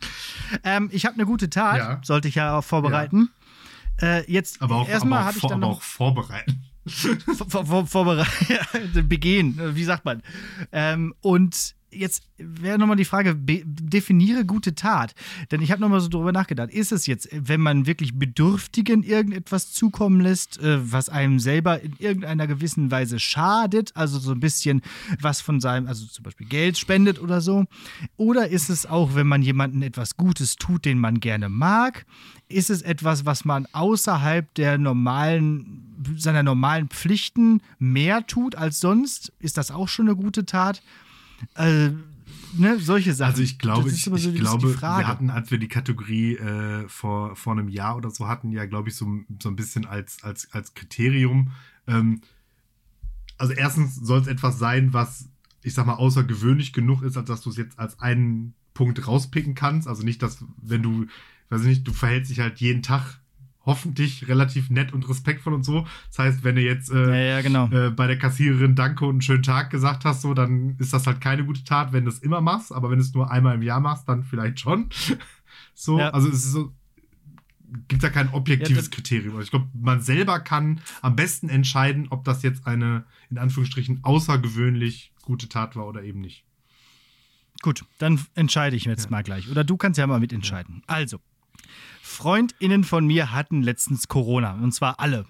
ähm, ich habe eine gute Tat, Ja. sollte ich ja auch vorbereiten. Äh, jetzt Aber auch, erstmal aber auch, habe ich vor, dann aber noch auch vorbereiten. vor, vor, vor, vorbereitet, begehen, wie sagt man. Ähm, und jetzt wäre nochmal die Frage, be- definiere gute Tat. Denn ich habe nochmal so drüber nachgedacht. Ist es jetzt, wenn man wirklich Bedürftigen irgendetwas zukommen lässt, äh, was einem selber in irgendeiner gewissen Weise schadet, also so ein bisschen was von seinem, also zum Beispiel Geld spendet oder so? Oder ist es auch, wenn man jemandem etwas Gutes tut, den man gerne mag? Ist es etwas, was man außerhalb der normalen, seiner normalen Pflichten mehr tut als sonst? Ist das auch schon eine gute Tat? Äh, ne, solche Sachen. Also ich glaube, Das ist ich, immer so ich die- glaube, die Frage. wir hatten, als wir die Kategorie äh, vor, vor einem Jahr oder so hatten, ja, glaube ich, so, so ein bisschen als, als, als Kriterium. Ähm, also erstens soll es etwas sein, was, ich sag mal, außergewöhnlich genug ist, als dass du es jetzt als einen Punkt rauspicken kannst. Also nicht, dass, wenn du, weiß ich nicht, du verhältst dich halt jeden Tag hoffentlich relativ nett und respektvoll und so. Das heißt, wenn du jetzt äh, ja, ja, genau. äh, bei der Kassiererin Danke und einen schönen Tag gesagt hast, so, dann ist das halt keine gute Tat, wenn du es immer machst. Aber wenn du es nur einmal im Jahr machst, dann vielleicht schon. So, Ja. also es ist so, gibt da kein objektives Ja, das- Kriterium. Also ich glaube, man selber kann am besten entscheiden, ob das jetzt eine, in Anführungsstrichen, außergewöhnlich gute Tat war oder eben nicht. Gut, dann entscheide ich jetzt Ja. mal gleich. Oder du kannst ja mal mitentscheiden. Also, FreundInnen von mir hatten letztens Corona. Und zwar alle.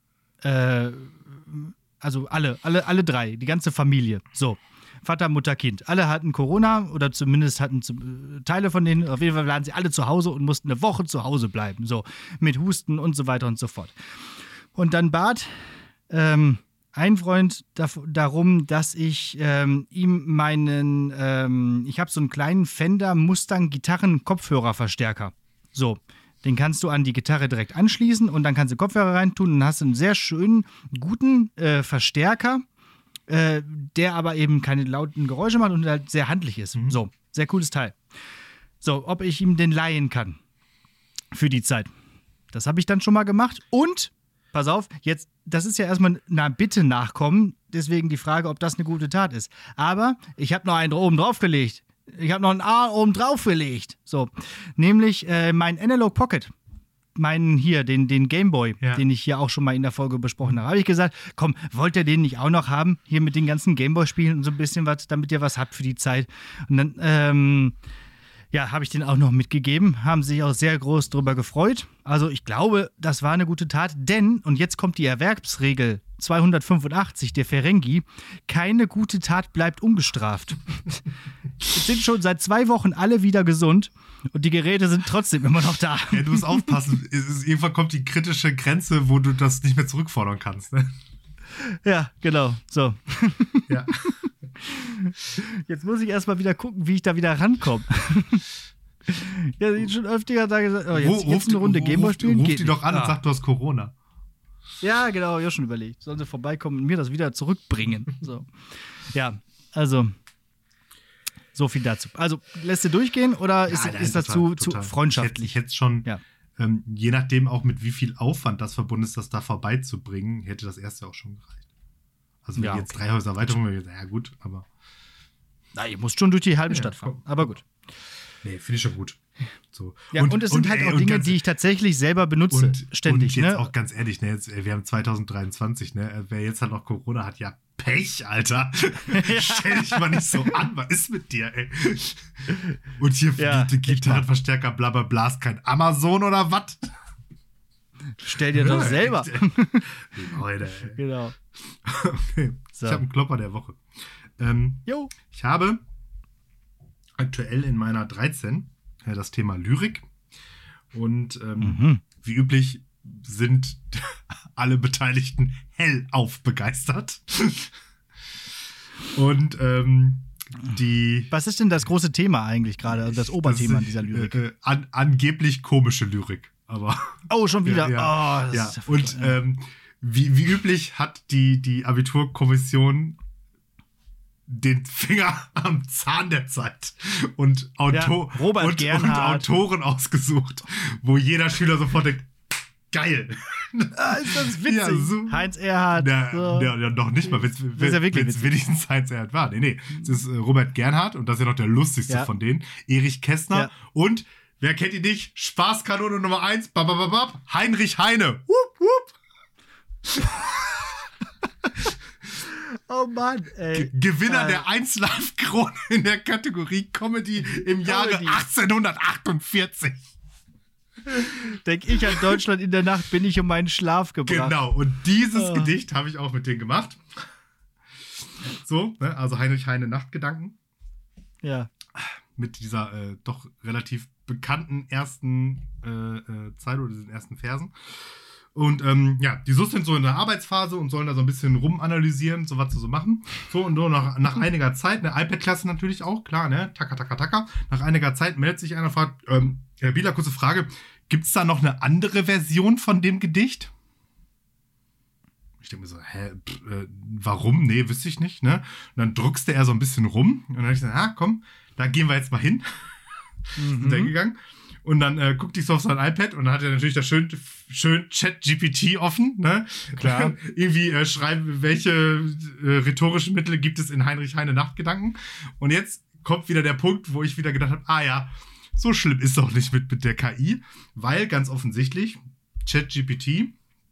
Äh, also alle, alle, alle drei, die ganze Familie. So. Vater, Mutter, Kind. Alle hatten Corona oder zumindest hatten zu, äh, Teile von denen, auf jeden Fall waren sie alle zu Hause und mussten eine Woche zu Hause bleiben. So, mit Husten und so weiter und so fort. Und dann bat ähm, ein Freund daf- darum, dass ich ähm, ihm meinen, ähm, ich habe so einen kleinen Fender Mustang Gitarren-Kopfhörerverstärker. So, den kannst du an die Gitarre direkt anschließen und dann kannst du Kopfhörer reintun und dann hast du einen sehr schönen, guten äh, Verstärker, äh, der aber eben keine lauten Geräusche macht und halt sehr handlich ist. Mhm. So, sehr cooles Teil. So, ob ich ihm den leihen kann für die Zeit. Das habe ich dann schon mal gemacht. Und, pass auf, jetzt, das ist ja erstmal einer Bitte nachkommen, deswegen die Frage, ob das eine gute Tat ist. Aber ich habe noch einen oben drauf gelegt. Ich habe noch ein A oben drauf gelegt. So, nämlich äh, mein Analog Pocket. Meinen hier, den, den Gameboy, Ja. den ich hier auch schon mal in der Folge besprochen habe. Habe ich gesagt, komm, wollt ihr den nicht auch noch haben? Hier mit den ganzen Gameboy-Spielen und so ein bisschen was, damit ihr was habt für die Zeit. Und dann, ähm, Ja, habe ich denen auch noch mitgegeben. Haben sich auch sehr groß drüber gefreut. Also ich glaube, das war eine gute Tat. Denn, und jetzt kommt die Erwerbsregel zweihundertfünfundachtzig der Ferengi, keine gute Tat bleibt ungestraft. Jetzt sind schon seit zwei Wochen alle wieder gesund und die Geräte sind trotzdem immer noch da. Ja, du musst aufpassen. Es ist, irgendwann kommt die kritische Grenze, wo du das nicht mehr zurückfordern kannst. Ne? Ja, genau. So. Ja. Jetzt muss ich erstmal wieder gucken, wie ich da wieder rankomme. Ja, ich schon öfter da gesagt, oh, jetzt, jetzt eine Runde Gameboy spielen. Ruf Geht die doch nicht. an Ah. und sag, du hast Corona. Ja, genau, hab ich auch schon überlegt. Sollen sie vorbeikommen und mir das wieder zurückbringen. So. Ja, also so viel dazu. Also, lässt du durchgehen oder ist, Ja, nein, ist das total, zu, total. zu freundschaftlich? Ich hätte jetzt schon, Ja. ähm, je nachdem auch mit wie viel Aufwand das verbunden ist, das da vorbeizubringen, hätte das erste auch schon gereicht. Also wenn Ja, die jetzt okay. drei Häuser weiter rum, ja gut, aber Na, ihr müsst schon durch die halbe Ja, Stadt fahren. komm. Aber gut. nee, finde ich schon gut. So. Ja, und, es sind halt ey, auch und Dinge, ganz- die ich tatsächlich selber benutze. und, ständig, und jetzt ne? auch ganz ehrlich, ne, jetzt, äh, wir haben zwanzig dreiundzwanzig, ne, äh, wer jetzt halt noch Corona hat, ja Pech, Alter. Stell dich mal nicht so an, was ist mit dir, ey? Und hier Ja, gibt echt mal. Gitarrenverstärker, bla bla bla, ist kein Amazon oder was? Stell dir doch Ja, selber. echt, ey. Leute, ey. Genau. Okay. So. Ich habe einen Klopper der Woche. Ähm, Jo. ich habe aktuell in meiner dreizehn äh, das Thema Lyrik. Und ähm, Mhm. wie üblich sind alle Beteiligten hellauf begeistert. Und ähm, die Was ist denn das große Thema eigentlich gerade? Also das Oberthema ist, dieser Lyrik? Äh, äh, an, angeblich komische Lyrik. Aber Oh, schon wieder. Ja, Oh, das ja. ist ja Und furchtbar, ja. ähm, wie, wie üblich hat die, die Abiturkommission den Finger am Zahn der Zeit und, Auto Ja, Robert und, und Gernhardt. Autoren ausgesucht, wo jeder Schüler sofort denkt, geil. Ah, ist das witzig. Ja, so- Heinz Erhardt. Ja, so. ja, ja, noch nicht mal, wenn es ist ja wirklich witzig. wenigstens Heinz Erhardt war. Nee, nee. Es ist äh, Robert Gernhardt und das ist ja noch der lustigste Ja. von denen. Erich Kästner Ja. und, wer kennt ihn nicht? Spaßkanone Nummer eins, babababab, Heinrich Heine. Wupp, wupp. Oh Mann, ey. Ge- Gewinner Äh. der eins Live Krone in der Kategorie Comedy im Jahre Comedy. achtzehnhundertachtundvierzig. Denk ich an Deutschland in der Nacht, bin ich um meinen Schlaf gebracht. Genau, und dieses Ah. Gedicht habe ich auch mit denen gemacht. So, ne? Also Heinrich Heine Nachtgedanken. Ja. Mit dieser äh, doch relativ bekannten ersten äh, äh, Zeile oder diesen ersten Versen. Und ähm, ja, die Sus sind so in der Arbeitsphase und sollen da so ein bisschen rumanalysieren, so was sie so machen. So, und so nach, nach einiger Zeit, eine iPad-Klasse natürlich auch, klar, ne? Taka, taka, taka. Nach einiger Zeit meldet sich einer und fragt, ähm, Herr Bieler, kurze Frage, gibt es da noch eine andere Version von dem Gedicht? Ich denke mir so, hä, pff, äh, warum? Nee, wüsste ich nicht, ne? Und dann druckste er so ein bisschen rum und dann habe ich gesagt, ah, komm, da gehen wir jetzt mal hin. Mhm. Sind da hingegangen. Und dann äh, guckte ich so auf sein iPad und dann hat er natürlich das schön, schön Chat-G P T offen, ne? Klar. Irgendwie äh, schreiben, welche äh, rhetorischen Mittel gibt es in Heinrich Heine Nachtgedanken. Und jetzt kommt wieder der Punkt, wo ich wieder gedacht habe, ah ja, so schlimm ist doch nicht mit, mit der K I, weil ganz offensichtlich Chat-G P T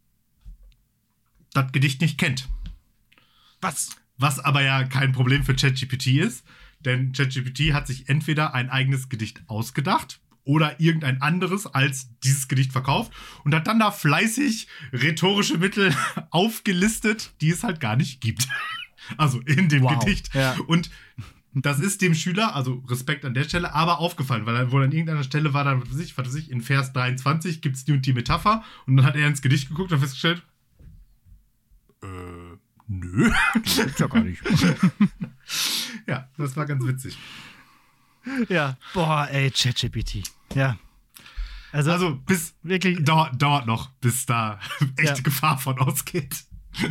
das Gedicht nicht kennt. Was? Was aber ja kein Problem für ChatGPT ist, denn ChatGPT hat sich entweder ein eigenes Gedicht ausgedacht oder irgendein anderes als dieses Gedicht verkauft und hat dann da fleißig rhetorische Mittel aufgelistet, die es halt gar nicht gibt. Also in dem Wow. Gedicht. Ja. Und das ist dem Schüler, also Respekt an der Stelle, aber aufgefallen, weil er wohl an irgendeiner Stelle war dann, was weiß ich, was weiß ich, in Vers dreiundzwanzig gibt es die und die Metapher und dann hat er ins Gedicht geguckt und festgestellt, äh, nö. Gibt's ja gar nicht. Ja, das war ganz witzig. Ja. Boah, ey, ChatGPT. Ja. Also, Also, bis wirklich. dauert, dauert noch, bis da echte Ja. Gefahr von ausgeht.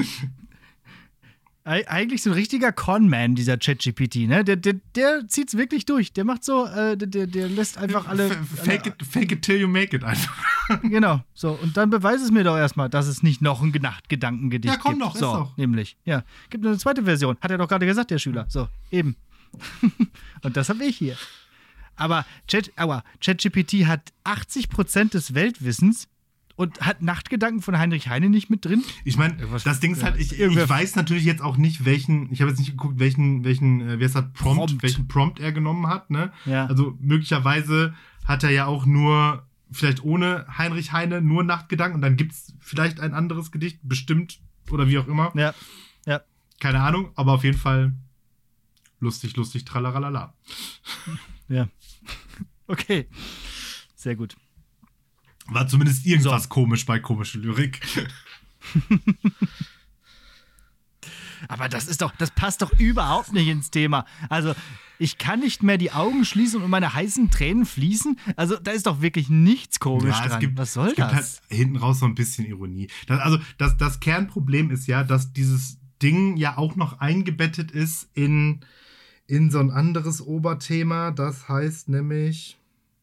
Eig- Eigentlich so ein richtiger Conman, dieser ChatGPT, ne? Der, der, der zieht's wirklich durch. Der macht so, äh, der, der, der lässt einfach alle. F- fake, it, fake it till you make it einfach. Genau. So, und dann beweis es mir doch erstmal, dass es nicht noch ein Nachtgedankengedicht Ja, komm gibt. doch, ist so, doch. nämlich. Ja. Gibt noch eine zweite Version. Hat er doch gerade gesagt, der Schüler. So, eben. Und das habe ich hier. Aber Chat, aua, ChatGPT hat achtzig Prozent des Weltwissens Und hat Nachtgedanken von Heinrich Heine nicht mit drin? Ich meine, das Ding ist halt, ich, ich weiß natürlich jetzt auch nicht, welchen, ich habe jetzt nicht geguckt, welchen, welchen, äh, wie heißt das, Prompt, Prompt, welchen Prompt er genommen hat, ne? Ja. Also möglicherweise hat er ja auch nur, vielleicht ohne Heinrich Heine, nur Nachtgedanken und dann gibt es vielleicht ein anderes Gedicht, bestimmt, oder wie auch immer. Ja, ja. Keine Ahnung, aber auf jeden Fall lustig, lustig, tralalala. Ja. Okay. Sehr gut. War zumindest irgendwas so. komisch bei komische Lyrik. Aber das ist doch, das passt doch überhaupt nicht ins Thema. Also, ich kann nicht mehr die Augen schließen und meine heißen Tränen fließen. Also, da ist doch wirklich nichts komisch ja, es dran. gibt, Was soll es gibt das? halt hinten raus so ein bisschen Ironie. Das, also, das, das Kernproblem ist ja, dass dieses Ding ja auch noch eingebettet ist in, in so ein anderes Oberthema. Das heißt nämlich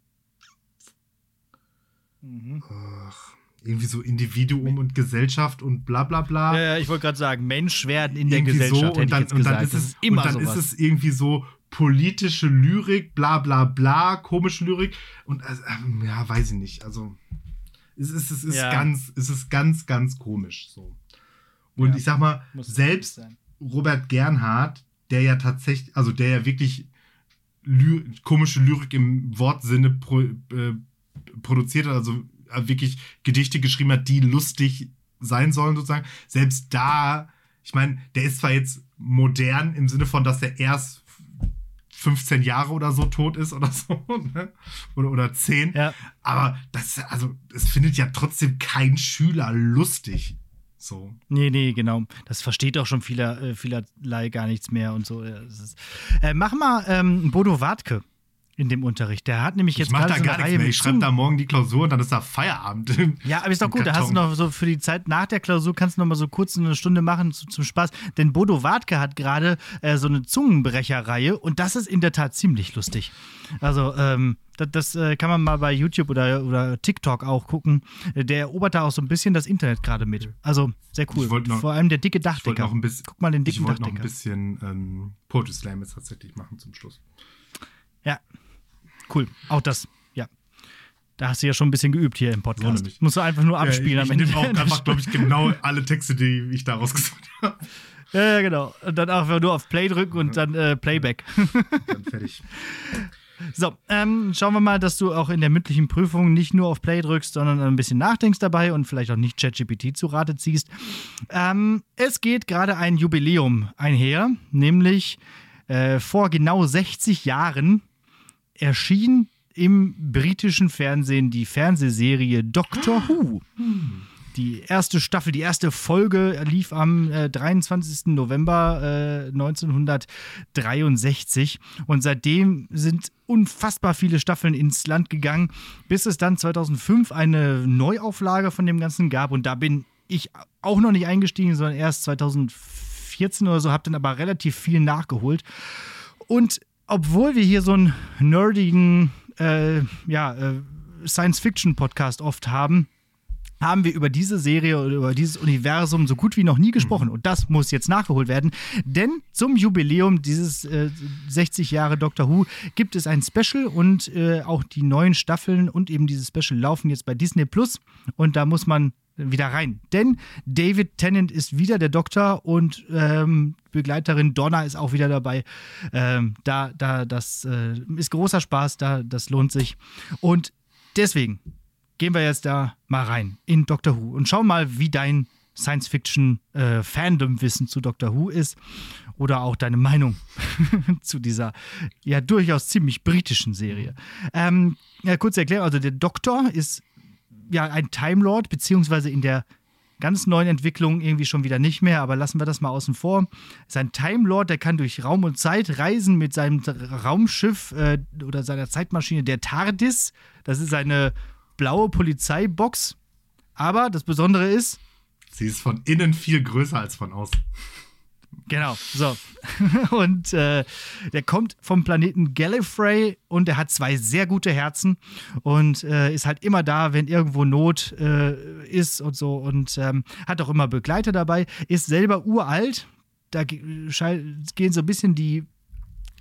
Mhm. ach, irgendwie so Individuum und Gesellschaft und bla bla bla. Ja, ja, ich wollte gerade sagen, Mensch werden in der irgendwie Gesellschaft, so, hätte und dann, ich jetzt und dann gesagt. ist Das es ist immer und dann sowas. ist es irgendwie so politische Lyrik, bla bla bla, komische Lyrik und also, ähm, ja, weiß ich nicht. Also es ist, es ist Ja. ganz, es ist ganz, ganz komisch so. Und Ja. ich sag mal, Muss selbst sein. Robert Gernhardt, der ja tatsächlich, also der ja wirklich Ly- komische Lyrik im Wortsinne pro, äh, produziert hat, also wirklich Gedichte geschrieben hat, die lustig sein sollen sozusagen. Selbst da, ich meine, der ist zwar jetzt modern im Sinne von, dass er erst fünfzehn Jahre oder so tot ist oder so, ne? oder, oder zehn, Ja. aber das, also, es findet ja trotzdem kein Schüler lustig. So. Nee, nee, genau. Das versteht auch schon vieler, äh, vielerlei gar nichts mehr und so. Ja, das ist, äh, mach mal ähm, Bodo Wartke in dem Unterricht. Der hat nämlich jetzt Ich mach gerade da so gar eine nichts Reihe mehr. mit Ich schreibe Zungen- da morgen die Klausur und dann ist da Feierabend. Ja, aber ist doch Im gut. Da hast du Karton. noch so für die Zeit nach der Klausur, kannst du noch mal so kurz eine Stunde machen zu, zum Spaß. Denn Bodo Wartke hat gerade äh, so eine Zungenbrecherreihe und das ist in der Tat ziemlich lustig. Also, ähm, das, das äh, kann man mal bei YouTube oder, oder TikTok auch gucken. Äh, Der erobert da auch so ein bisschen das Internet gerade mit. Also, sehr cool. Ich wollt noch- Vor allem der dicke Ich wollte Dachdecker. noch ein bisschen, Guck mal den ich dicken wollte noch ein Dachdecker. bisschen ähm, Poetry Slam jetzt tatsächlich machen zum Schluss. Ja, cool. Auch das, ja. Da hast du ja schon ein bisschen geübt hier im Podcast. So nämlich. Musst du einfach nur abspielen Ja, ich am ich Ende. nehme auch einfach, glaube ich, genau alle Texte, die ich da rausgesucht habe. Ja, ja, genau. Und dann einfach nur auf Play drücken und dann äh, Playback. Dann fertig. So, ähm, schauen wir mal, dass du auch in der mündlichen Prüfung nicht nur auf Play drückst, sondern ein bisschen nachdenkst dabei und vielleicht auch nicht ChatGPT zu Rate ziehst. Ähm, es geht gerade ein Jubiläum einher, nämlich äh, vor genau sechzig Jahren erschien im britischen Fernsehen die Fernsehserie Doctor Who. Die erste Staffel, die erste Folge lief am äh, dreiundzwanzigsten November äh, neunzehnhundertdreiundsechzig und seitdem sind unfassbar viele Staffeln ins Land gegangen, bis es dann zweitausendfünf eine Neuauflage von dem Ganzen gab und da bin ich auch noch nicht eingestiegen, sondern erst zweitausendvierzehn oder so, habe dann aber relativ viel nachgeholt und obwohl wir hier so einen nerdigen äh, ja, äh, Science-Fiction-Podcast oft haben, haben wir über diese Serie oder über dieses Universum so gut wie noch nie gesprochen. Und das muss jetzt nachgeholt werden. Denn zum Jubiläum dieses äh, sechzig Jahre Doctor Who gibt es ein Special und äh, auch die neuen Staffeln und eben dieses Special laufen jetzt bei Disney Plus. Und da muss man wieder rein. Denn David Tennant ist wieder der Doktor und ähm, Begleiterin Donna ist auch wieder dabei. Ähm, da, da, das äh, ist großer Spaß, da, das lohnt sich. Und deswegen gehen wir jetzt da mal rein in Doctor Who und schauen mal, wie dein Science-Fiction-Fandom-Wissen zu Doctor Who ist oder auch deine Meinung zu dieser ja durchaus ziemlich britischen Serie. Ähm, ja, kurze Erklärung, also der Doktor ist ja ein Time Lord, beziehungsweise in der ganz neuen Entwicklung irgendwie schon wieder nicht mehr, aber lassen wir das mal außen vor. Ist ein Time Lord, der kann durch Raum und Zeit reisen mit seinem Raumschiff äh, oder seiner Zeitmaschine, der TARDIS. Das ist eine blaue Polizeibox. Aber das Besondere ist, Sie ist von innen viel größer als von außen. genau, so. Und äh, der kommt vom Planeten Gallifrey und er hat zwei sehr gute Herzen und äh, ist halt immer da, wenn irgendwo Not äh, ist und so und ähm, hat auch immer Begleiter dabei, ist selber uralt. Da ge- schei- gehen so ein bisschen die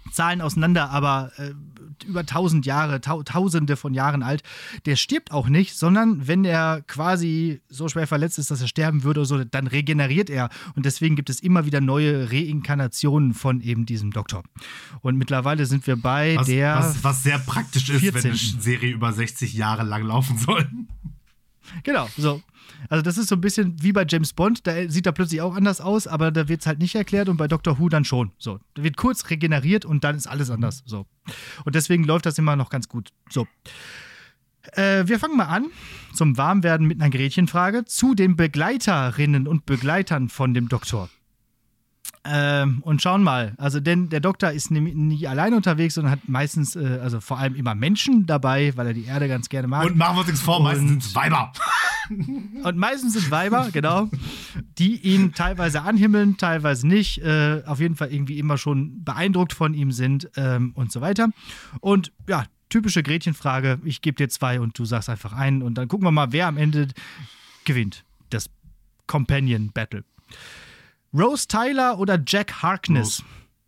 Zahlen auseinander, aber äh, über tausend Jahre, tau tausende von Jahren alt. Der stirbt auch nicht, sondern wenn er quasi so schwer verletzt ist, dass er sterben würde oder so, dann regeneriert er. Und deswegen gibt es immer wieder neue Reinkarnationen von eben diesem Doktor. Und mittlerweile sind wir bei was, der was, was sehr praktisch ist, vierzehnten wenn eine Serie über sechzig Jahre lang laufen soll. Genau, so. Also das ist so ein bisschen wie bei James Bond, da sieht er plötzlich auch anders aus, aber da wird es halt nicht erklärt und bei Doctor Who dann schon. So, da wird kurz regeneriert und dann ist alles anders. So. Und deswegen läuft das immer noch ganz gut. So. Äh, wir fangen mal an zum Warmwerden mit einer Gretchenfrage zu den Begleiterinnen und Begleitern von dem Doktor. Ähm, und schauen mal, also denn der Doktor ist nie, nie allein unterwegs, sondern hat meistens, äh, also vor allem immer Menschen dabei, weil er die Erde ganz gerne mag. Und machen wir uns nichts vor, meistens sind es Weiber. Und meistens sind Weiber, genau, die ihn teilweise anhimmeln, teilweise nicht, äh, auf jeden Fall irgendwie immer schon beeindruckt von ihm sind ähm, und so weiter. Und ja, typische Gretchenfrage, ich gebe dir zwei und du sagst einfach einen und dann gucken wir mal, wer am Ende gewinnt. Das Companion Battle. Rose Tyler oder Jack Harkness?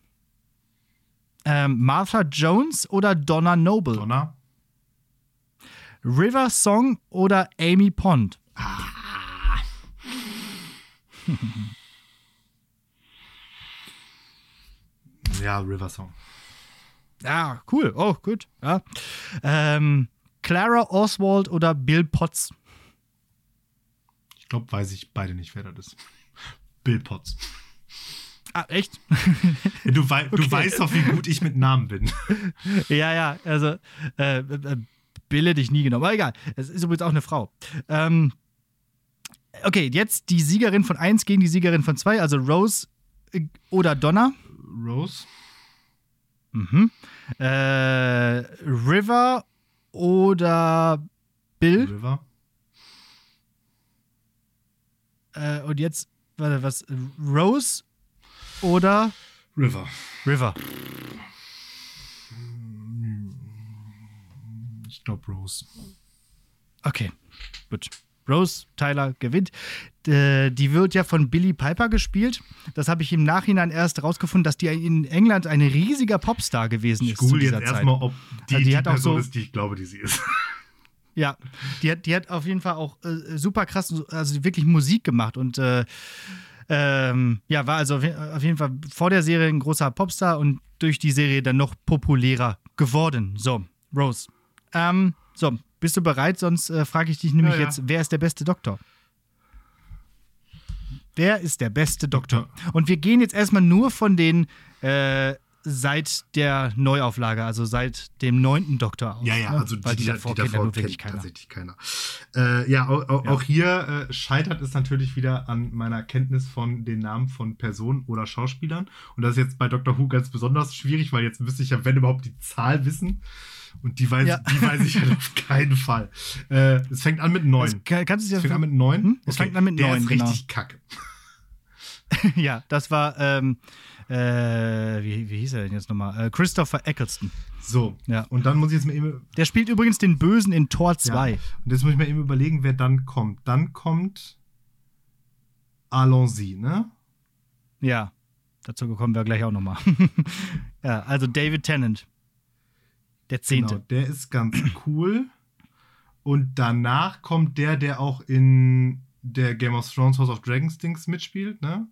Ähm, Martha Jones oder Donna Noble? Donna. River Song oder Amy Pond? Ah. Ja, River Song. Ja, cool. Oh, gut. Ja. Ähm, Clara Oswald oder Bill Potts? Ich glaube, weiß ich beide nicht, wer das ist. Bill Potts. Ah, echt? Du, wei Okay. du weißt doch, wie gut ich mit Namen bin. Ja, ja, also äh, äh, Bill hätte ich nie genommen. Aber egal, es ist übrigens auch eine Frau. Ähm, okay, jetzt die Siegerin von eins gegen die Siegerin von zwei, also Rose äh, oder Donna. Rose. Mhm. Äh, River oder Bill. River. Äh, und jetzt, warte, was? Rose oder River. River? Ich glaube Rose. Okay, gut. Rose Tyler gewinnt. Äh, die wird ja von Billie Piper gespielt. Das habe ich im Nachhinein erst rausgefunden, dass die in England ein riesiger Popstar gewesen Ich ist zu google dieser jetzt Zeit. erstmal, ob die, Also die die hat auch Person so- ist, die ich glaube, die sie ist. Ja, die hat, die hat auf jeden Fall auch äh, super krass, also wirklich Musik gemacht und äh, ähm, ja, war also auf jeden Fall vor der Serie ein großer Popstar und durch die Serie dann noch populärer geworden. So, Rose. Ähm, so, bist du bereit? Sonst äh, frage ich dich nämlich Ja, ja. jetzt, wer ist der beste Doktor? Wer ist der beste Doktor? Doktor. Und wir gehen jetzt erstmal nur von den äh, seit der Neuauflage, also seit dem neunten Doktor aus. Ja, ja, ne? also Weil die, die die davor davor kennt ja nur kennt wirklich keiner. tatsächlich keiner. Äh, ja, auch, auch, Ja. auch hier äh, scheitert es natürlich wieder an meiner Kenntnis von den Namen von Personen oder Schauspielern. Und das ist jetzt bei Doctor Who ganz besonders schwierig, weil jetzt müsste ich ja, wenn überhaupt, die Zahl wissen. Und die weiß, Ja. die weiß ich halt auf keinen Fall. Äh, es fängt an mit neun. Das kann, kannst du Es es fängt ja an mit neun? Hm? Es fängt an mit der neun, ist genau. richtig kacke. Ja, das war, ähm, äh, wie, wie hieß er denn jetzt nochmal? Äh, Christopher Eccleston. So, Ja. und dann muss ich jetzt mal eben... Der spielt übrigens den Bösen in Tor Ja. zwei. Und jetzt muss ich mal eben überlegen, wer dann kommt. Dann kommt Allons-y, ne? Ja, dazu kommen wir gleich auch nochmal. Ja, also David Tennant. Der Zehnte. Genau, der ist ganz cool. Und danach kommt der, der auch in der Game of Thrones House of Dragons Dings mitspielt, ne?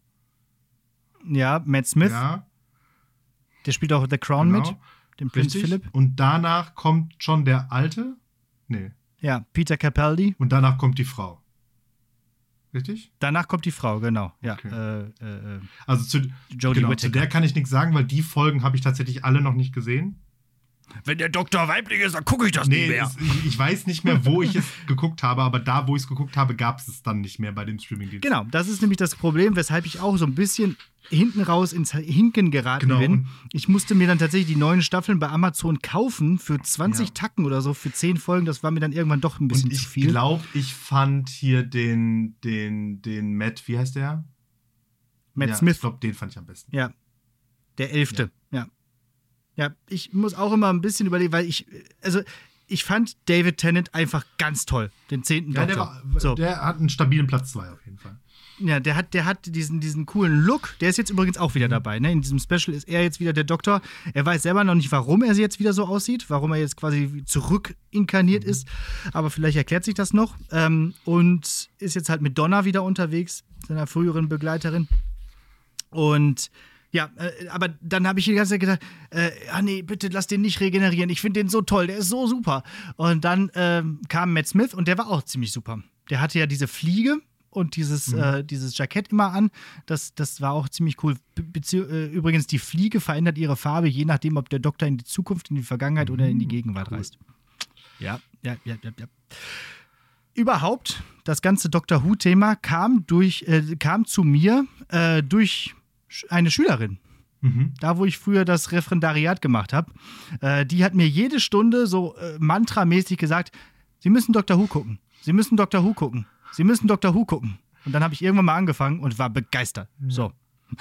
Ja, Matt Smith. Ja, Der spielt auch The Crown genau. mit. Den Prinz Richtig. Philipp. Und danach kommt schon der Alte. Nee. Ja, Peter Capaldi. Und danach kommt die Frau. Richtig? Danach kommt die Frau, genau. Ja, Okay. äh, äh, äh, Also zu, Jodie genau, zu Whittaker. der kann ich nichts sagen, weil die Folgen habe ich tatsächlich alle noch nicht gesehen. Wenn der Doktor weiblich ist, dann gucke ich das Nee, es, ich, ich weiß nicht mehr, wo ich es geguckt habe, aber da, wo ich es geguckt habe, gab es es dann nicht mehr bei dem Streamingdienst. Genau, das ist nämlich das Problem, weshalb ich auch so ein bisschen hinten raus ins Hinken geraten Genau. bin. Ich musste mir dann tatsächlich die neuen Staffeln bei Amazon kaufen für zwanzig Ja. Tacken oder so, für zehn Folgen. Das war mir dann irgendwann doch ein bisschen Und zu ich viel. glaube, ich fand hier den, den, den Matt, wie heißt der? Matt ja, Smith, Ich glaube, den fand ich am besten. ja. Der Elfte, ja. Ja, ich muss auch immer ein bisschen überlegen, weil ich, also ich fand David Tennant einfach ganz toll, den zehnten Ja, der, Doktor. war, so. der hat einen stabilen Platz zwei auf jeden Fall. Ja, der hat, der hat diesen, diesen coolen Look. Der ist jetzt übrigens auch wieder dabei. Ne? In diesem Special ist er jetzt wieder der Doktor. Er weiß selber noch nicht, warum er jetzt wieder so aussieht, warum er jetzt quasi zurück inkarniert ist. Aber vielleicht erklärt sich das noch. Ähm, und ist jetzt halt mit Donna wieder unterwegs, seiner früheren Begleiterin. Und ja, äh, aber dann habe ich die ganze Zeit gedacht, äh, ah nee, bitte lass den nicht regenerieren. Ich finde den so toll, der ist so super. Und dann ähm, kam Matt Smith und der war auch ziemlich super. Der hatte ja diese Fliege und dieses, mhm. äh, dieses Jackett immer an. Das, das war auch ziemlich cool. Bezieh- äh, übrigens, die Fliege verändert ihre Farbe, je nachdem, ob der Doktor in die Zukunft, in die Vergangenheit mhm. oder in die Gegenwart cool. reist. Ja, ja, ja, ja, ja. Überhaupt, das ganze Doctor Who-Thema kam, durch, äh, kam zu mir äh, durch eine Schülerin. Mhm. Da, wo ich früher das Referendariat gemacht habe. Äh, die hat mir jede Stunde so äh, mantramäßig gesagt, Sie müssen Doctor Who gucken. Sie müssen Doctor Who gucken. Sie müssen Doctor Who gucken. Und dann habe ich irgendwann mal angefangen und war begeistert. Mhm. So.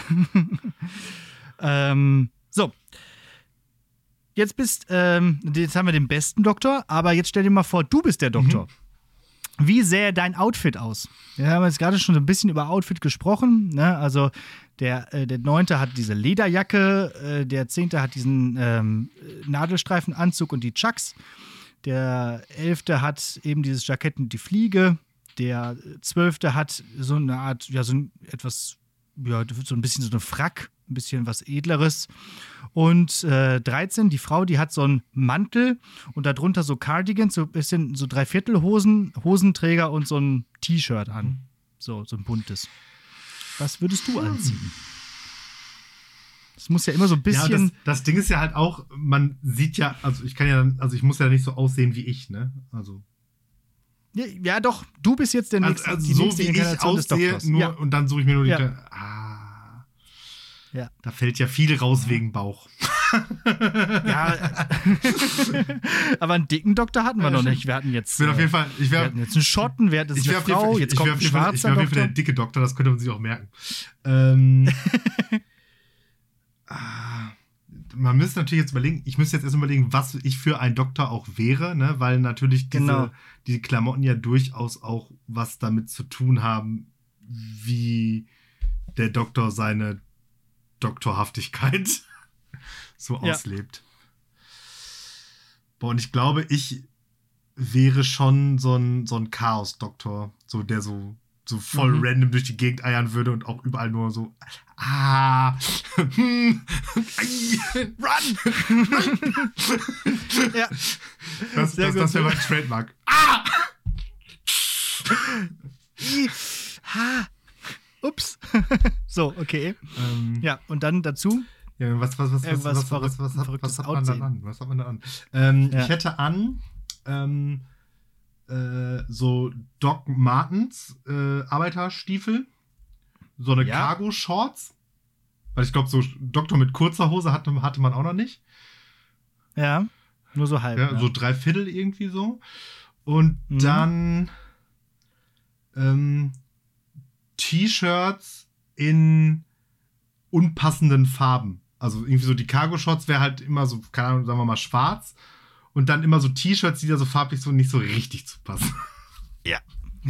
ähm, so. Jetzt bist, ähm, jetzt haben wir den besten Doktor, aber jetzt stell dir mal vor, du bist der Doktor. Mhm. Wie sähe dein Outfit aus? Wir haben jetzt gerade schon so ein bisschen über Outfit gesprochen. Ne? Also der, äh, der Neunte hat diese Lederjacke, äh, der Zehnte hat diesen ähm, Nadelstreifenanzug und die Chucks. Der Elfte hat eben dieses Jackett und die Fliege. Der Zwölfte hat so eine Art, ja, so ein etwas, ja, so ein bisschen so eine Frack, ein bisschen was Edleres. Und äh, dreizehn, die Frau, die hat so einen Mantel und darunter so Cardigans, so ein bisschen so Dreiviertelhosen, Hosenträger und so ein T-Shirt an. So, so ein buntes. Was würdest du anziehen? Das muss ja immer so ein bisschen. Ja, das, das Ding ist ja halt auch, man sieht ja, also ich kann ja, also ich muss ja nicht so aussehen wie ich, ne? Also. Ja, ja doch, du bist jetzt der nächste. Also, also die so nächste wie ich aussehe, nur, ja. Und dann suche ich mir nur die. Ja. Ah. Ja. Da fällt ja viel raus ja. wegen Bauch. Ja. Aber einen dicken Doktor hatten wir ja, noch nicht. Wir hatten jetzt. Ich bin auf jeden Fall. Ich wär, wir hatten jetzt einen Schotten, wir hatten jetzt eine Frau, Fall, jetzt ich, kommt ich ein schwarzer Ich wäre auf jeden Fall der dicke Doktor, das könnte man sich auch merken. Ähm. Man müsste natürlich jetzt überlegen, ich müsste jetzt erst überlegen, was ich für ein Doktor auch wäre, ne? Weil natürlich diese, genau. diese Klamotten ja durchaus auch was damit zu tun haben, wie der Doktor seine Doktorhaftigkeit so ja. auslebt. Boah, und ich glaube, ich wäre schon so ein, so ein Chaos-Doktor, so der so so voll mhm. random durch die Gegend eiern würde und auch überall nur so ah hm, run, run. Ja. Das, das, das wäre mein Trademark. Ah! ha. Ups. So, okay. Ähm, ja, und dann dazu ja, was, was, was, was, was, was, was, was, hat, was hat man da an? Was hat man da an? Ähm, ja. Ich hätte an ähm, Äh, so Doc Martens äh, Arbeiterstiefel, so eine ja. Cargo-Shorts, weil ich glaube, so Doktor mit kurzer Hose hatte, hatte man auch noch nicht. Ja, nur so halb. Ja, ja. So drei Viertel irgendwie so. Und mhm. dann ähm, T-Shirts in unpassenden Farben. Also irgendwie so die Cargo-Shorts wäre halt immer so, keine Ahnung, sagen wir mal schwarz. Und dann immer so T-Shirts, die da so farblich so nicht so richtig zu passen. Ja.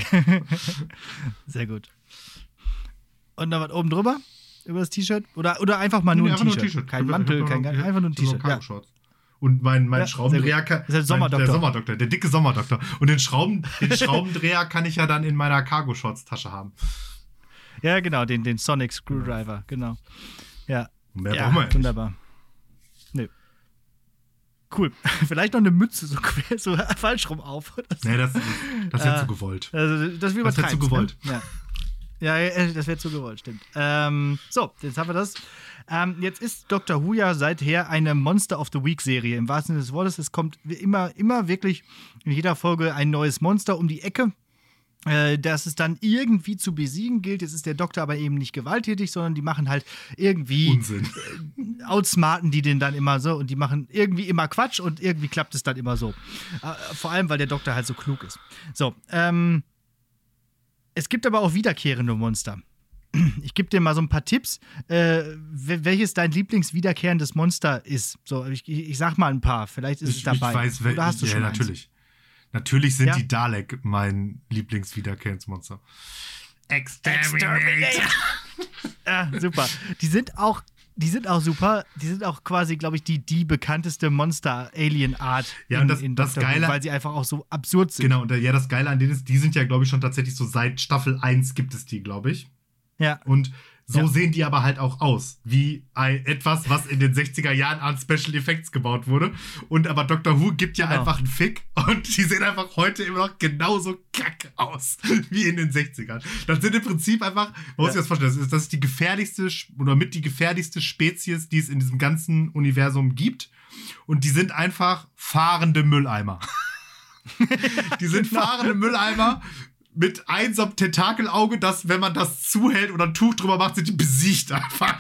Sehr gut. Und noch was oben drüber? Über das T-Shirt? Oder, oder einfach mal nur, nee, ein einfach T-Shirt. Nur ein T-Shirt. Kein ich Mantel, kein Gar, einfach nur ein T-Shirt. Ja. Und mein, mein ja, Schraubendreher kann. Das ist der Sommerdoktor. Der Sommerdoktor, der dicke Sommerdoktor. Und den, Schrauben, den Schraubendreher kann ich ja dann in meiner Cargo-Shorts-Tasche haben. Ja, genau, den, den Sonic Screwdriver, genau. Ja. Mehr ja, brauchen wir wunderbar. Nö. Cool. Vielleicht noch eine Mütze so, quer, so falsch rum auf. Das, nee, das, das wäre äh, zu gewollt. Also, das das wäre zu gewollt. Ne? Ja. ja, das wäre zu gewollt, stimmt. Ähm, so, jetzt haben wir das. Ähm, jetzt ist Doctor Who ja seither eine Monster of the Week-Serie. Im wahrsten Sinne des Wortes. Es kommt immer, immer wirklich in jeder Folge ein neues Monster um die Ecke, äh, das es dann irgendwie zu besiegen gilt. Jetzt ist der Doktor aber eben nicht gewalttätig, sondern die machen halt irgendwie Unsinn. Äh, outsmarten die den dann immer so und die machen irgendwie immer Quatsch und irgendwie klappt es dann immer so. Äh, vor allem, weil der Doktor halt so klug ist. So, ähm, es gibt aber auch wiederkehrende Monster. Ich gebe dir mal so ein paar Tipps, äh, welches dein Lieblingswiederkehrendes Monster ist. So, ich, ich sag mal ein paar, vielleicht ist ich, es dabei. Ich weiß, wel- Oder hast du ja, schon natürlich. Eins? Natürlich sind ja? die Dalek mein Lieblingswiederkehrendes Monster. Exterminator. Ja, super. Die sind auch, die sind auch super. Die sind auch quasi, glaube ich, die, die bekannteste Monster-Alien-Art Ja, in, und das, in das Doctor Who, Geile, weil sie einfach auch so absurd sind. genau, und ja, das Geile an denen ist, die sind ja, glaube ich, schon tatsächlich so seit Staffel eins gibt es die, glaube ich. Ja. Und so Ja. sehen die aber halt auch aus, wie ein, etwas, was in den sechziger Jahren an Special Effects gebaut wurde. Und aber Doctor Who gibt ja Genau. einfach einen Fick und die sehen einfach heute immer noch genauso kacke aus wie in den sechzigern. Das sind im Prinzip einfach, man muss sich Ja. das vorstellen, das ist, das ist die gefährlichste oder mit die gefährlichste Spezies, die es in diesem ganzen Universum gibt. Und die sind einfach fahrende Mülleimer. Die sind Genau. fahrende Mülleimer mit einem so einem Tentakelauge, dass, wenn man das zuhält oder ein Tuch drüber macht, sind die besiegt einfach.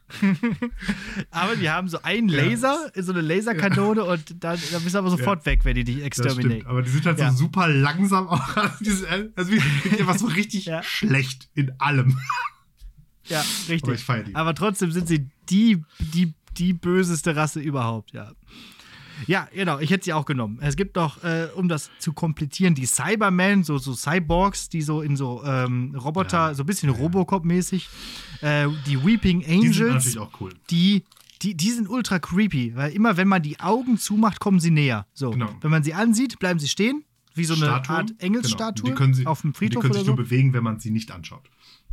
Aber die haben so einen Laser, so eine Laserkanone und dann, dann bist du aber sofort weg, wenn die dich Das exterminaten. stimmt, aber die sind halt Ja. so super langsam auch. Also, die sind, also wie, wie einfach so richtig Ja. schlecht in allem. Ja, richtig. Aber ich feier die. Aber trotzdem sind sie die, die, die böseste Rasse überhaupt, ja. Ja, genau, ich hätte sie auch genommen. Es gibt noch, äh, um das zu komplettieren, die Cybermen, so, so Cyborgs, die so in so ähm, Roboter, Ja. so ein bisschen Robocop-mäßig. Äh, die Weeping Angels. Die sind natürlich auch cool. Die, die, die sind ultra creepy, weil immer, wenn man die Augen zumacht, kommen sie näher. So. Genau. Wenn man sie ansieht, bleiben sie stehen, wie so eine Statuen. Art Engelsstatue Genau. Die können sie, auf dem Friedhof die können oder sich so. nur bewegen, wenn man sie nicht anschaut.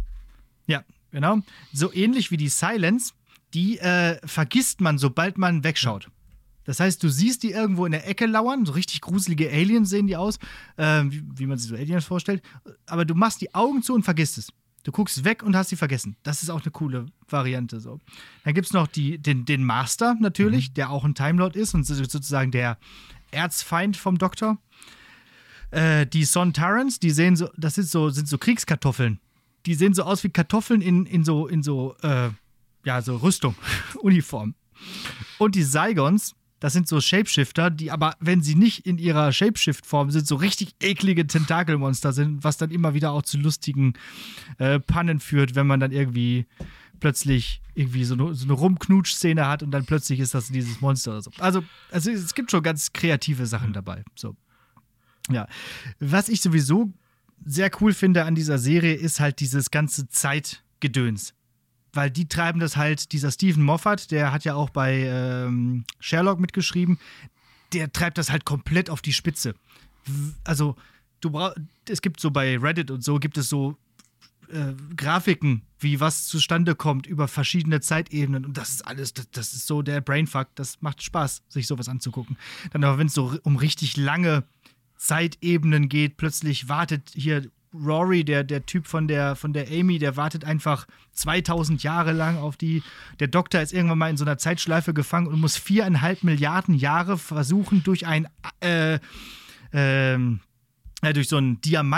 Ja, genau. So ähnlich wie die Silence, die äh, vergisst man, sobald man wegschaut. Das heißt, du siehst die irgendwo in der Ecke lauern, so richtig gruselige Aliens sehen die aus, äh, wie, wie man sich so Aliens vorstellt. Aber du machst die Augen zu und vergisst es. Du guckst weg und hast sie vergessen. Das ist auch eine coole Variante. So. Dann gibt es noch die, den, den Master natürlich, mhm. der auch ein Time Lord ist und sozusagen der Erzfeind vom Doktor. Äh, die Sontarans, die sehen so, das sind so, sind so Kriegskartoffeln. Die sehen so aus wie Kartoffeln in, in so, in so, äh, ja, so Rüstung, Uniform. Und die Zygons, das sind so Shapeshifter, die aber, wenn sie nicht in ihrer Shapeshift-Form sind, so richtig eklige Tentakelmonster sind, was dann immer wieder auch zu lustigen äh, Pannen führt, wenn man dann irgendwie plötzlich irgendwie so eine, so eine Rumknutsch-Szene hat und dann plötzlich ist das dieses Monster oder so. Also, also es gibt schon ganz kreative Sachen dabei. So. Ja. Was ich sowieso sehr cool finde an dieser Serie, ist halt dieses ganze Zeitgedöns. Weil die treiben das halt, dieser Stephen Moffat, der hat ja auch bei ähm, Sherlock mitgeschrieben, der treibt das halt komplett auf die Spitze. Also, du brauchst, es gibt so bei Reddit und so, gibt es so äh, Grafiken, wie was zustande kommt über verschiedene Zeitebenen. Und das ist alles, das, das ist so der Brainfuck, das macht Spaß, sich sowas anzugucken. Dann aber, wenn es so um richtig lange Zeitebenen geht, plötzlich wartet hier Rory, der, der Typ von der, von der Amy, der wartet einfach zweitausend Jahre lang auf die. Der Doktor ist irgendwann mal in so einer Zeitschleife gefangen und muss viereinhalb Milliarden Jahre versuchen, durch ein äh, ähm, äh, durch so ein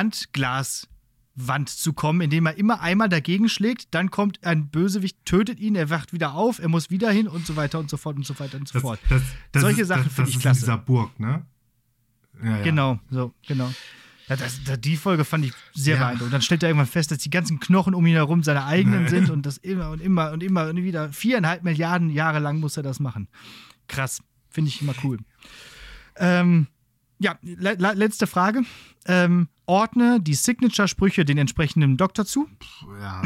Diamantglaswand zu kommen, indem er immer einmal dagegen schlägt, dann kommt ein Bösewicht, tötet ihn, er wacht wieder auf, er muss wieder hin und so weiter und so fort und so weiter und so Das, fort. das, das Solche ist, Sachen das, finde das ich ist klasse. in dieser Burg, ne? Ja, ja. Genau, so, genau. Ja, das, das, die Folge fand ich sehr Ja. beeindruckend. Dann stellt er irgendwann fest, dass die ganzen Knochen um ihn herum seine eigenen sind und das immer und immer und immer und wieder. Viereinhalb Milliarden Jahre lang muss er das machen. Krass. Finde ich immer cool. Ähm, ja, le le letzte Frage. Ähm, ordne die Signature-Sprüche den entsprechenden Doktor zu. Ja,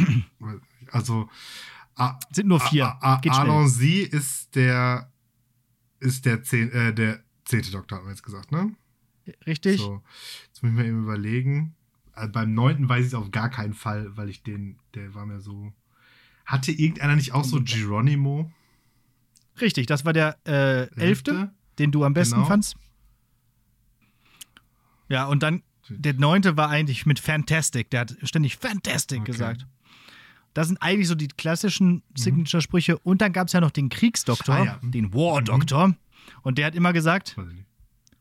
also A Sind nur vier. A A Geht schnell. Alonzi ist der ist der, zehn, äh, der zehnte Doktor, haben wir jetzt gesagt, ne? Richtig? So, jetzt muss ich mir eben überlegen. Also beim neunten weiß ich es auf gar keinen Fall, weil ich den, der war mir so. Hatte irgendeiner nicht auch so Geronimo? Richtig, das war der äh, elfte, Elfte? den du am besten Genau. fandst. Ja, und dann der neunte war eigentlich mit Fantastic. Der hat ständig Fantastic Okay. gesagt. Das sind eigentlich so die klassischen Signature-Sprüche. Und dann gab es ja noch den Kriegsdoktor, Ah, ja. den War-Doktor. Und der hat immer gesagt: Weiß ich nicht.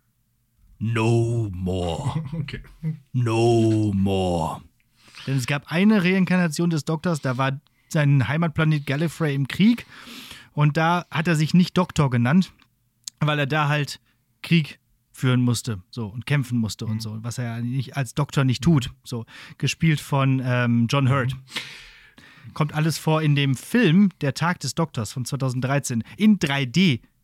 No more. Okay. No more. Denn es gab eine Reinkarnation des Doktors, da war sein Heimatplanet Gallifrey im Krieg. Und da hat er sich nicht Doktor genannt, weil er da halt Krieg führen musste, so, und kämpfen musste und so, was er ja nicht als Doktor nicht tut. So, gespielt von ähm, John Hurt. Kommt alles vor in dem Film Der Tag des Doktors von zweitausenddreizehn in drei D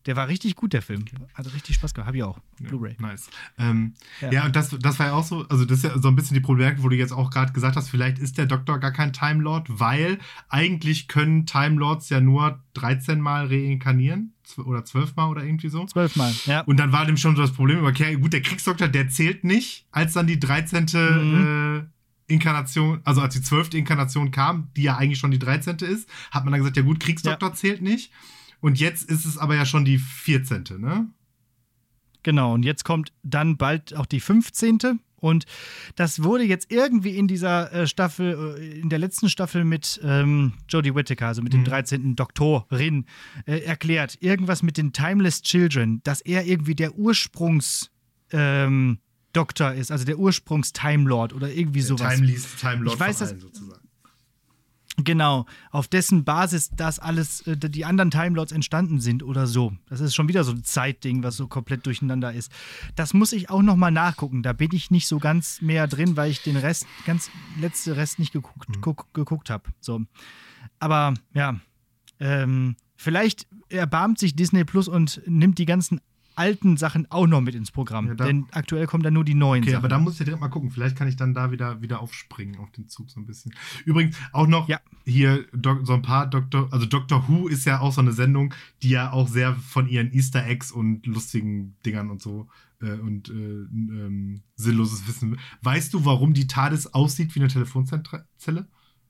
Der war richtig gut, der Film. Hat richtig Spaß gemacht. Hab ich auch. Ja, Blu-ray. Nice. Ähm, ja. Ja. ja, und das, das war ja auch so, also das ist ja so ein bisschen die Problematik, wo du jetzt auch gerade gesagt hast, vielleicht ist der Doktor gar kein Time Lord, weil eigentlich können Time Lords ja nur dreizehn Mal reinkarnieren. Oder zwölf Mal oder irgendwie so. Zwölf Mal, ja. Und dann war dem schon so das Problem, okay, gut, der Kriegsdoktor, der zählt nicht, als dann die dreizehnte Mhm. Äh, Inkarnation, also als die zwölfte Inkarnation kam, die ja eigentlich schon die dreizehnte ist, hat man dann gesagt, ja gut, Kriegsdoktor ja. zählt nicht. Und jetzt ist es aber ja schon die vierzehnte, ne? Genau, und jetzt kommt dann bald auch die fünfzehnte. Und das wurde jetzt irgendwie in dieser äh, Staffel, äh, in der letzten Staffel mit ähm, Jodie Whittaker, also mit mhm. dem dreizehnten Doktorin, äh, erklärt. Irgendwas mit den Timeless Children, dass er irgendwie der Ursprungs- ähm, Doktor ist, also der Ursprungs-Time Lord oder irgendwie der sowas. Timeless Time Lord ich weiß, von dass, allen sozusagen. Genau, auf dessen Basis das alles, äh, die anderen Time Lords entstanden sind oder so. Das ist schon wieder so ein Zeitding, was so komplett durcheinander ist. Das muss ich auch noch mal nachgucken. Da bin ich nicht so ganz mehr drin, weil ich den Rest, ganz letzte Rest nicht geguckt, mhm. guck, geguckt habe. So. Aber ja, ähm, vielleicht erbarmt sich Disney Plus und nimmt die ganzen alten Sachen auch noch mit ins Programm. Ja, denn aktuell kommen da nur die neuen okay, Sachen. Aber da muss ich direkt mal gucken. Vielleicht kann ich dann da wieder, wieder aufspringen auf den Zug so ein bisschen. Übrigens auch noch ja. hier so ein paar Doktor, also Doctor Who ist ja auch so eine Sendung, die ja auch sehr von ihren Easter Eggs und lustigen Dingern und so äh, und äh, ähm, sinnloses Wissen. Weißt du, warum die TARDIS aussieht wie eine Telefonzelle?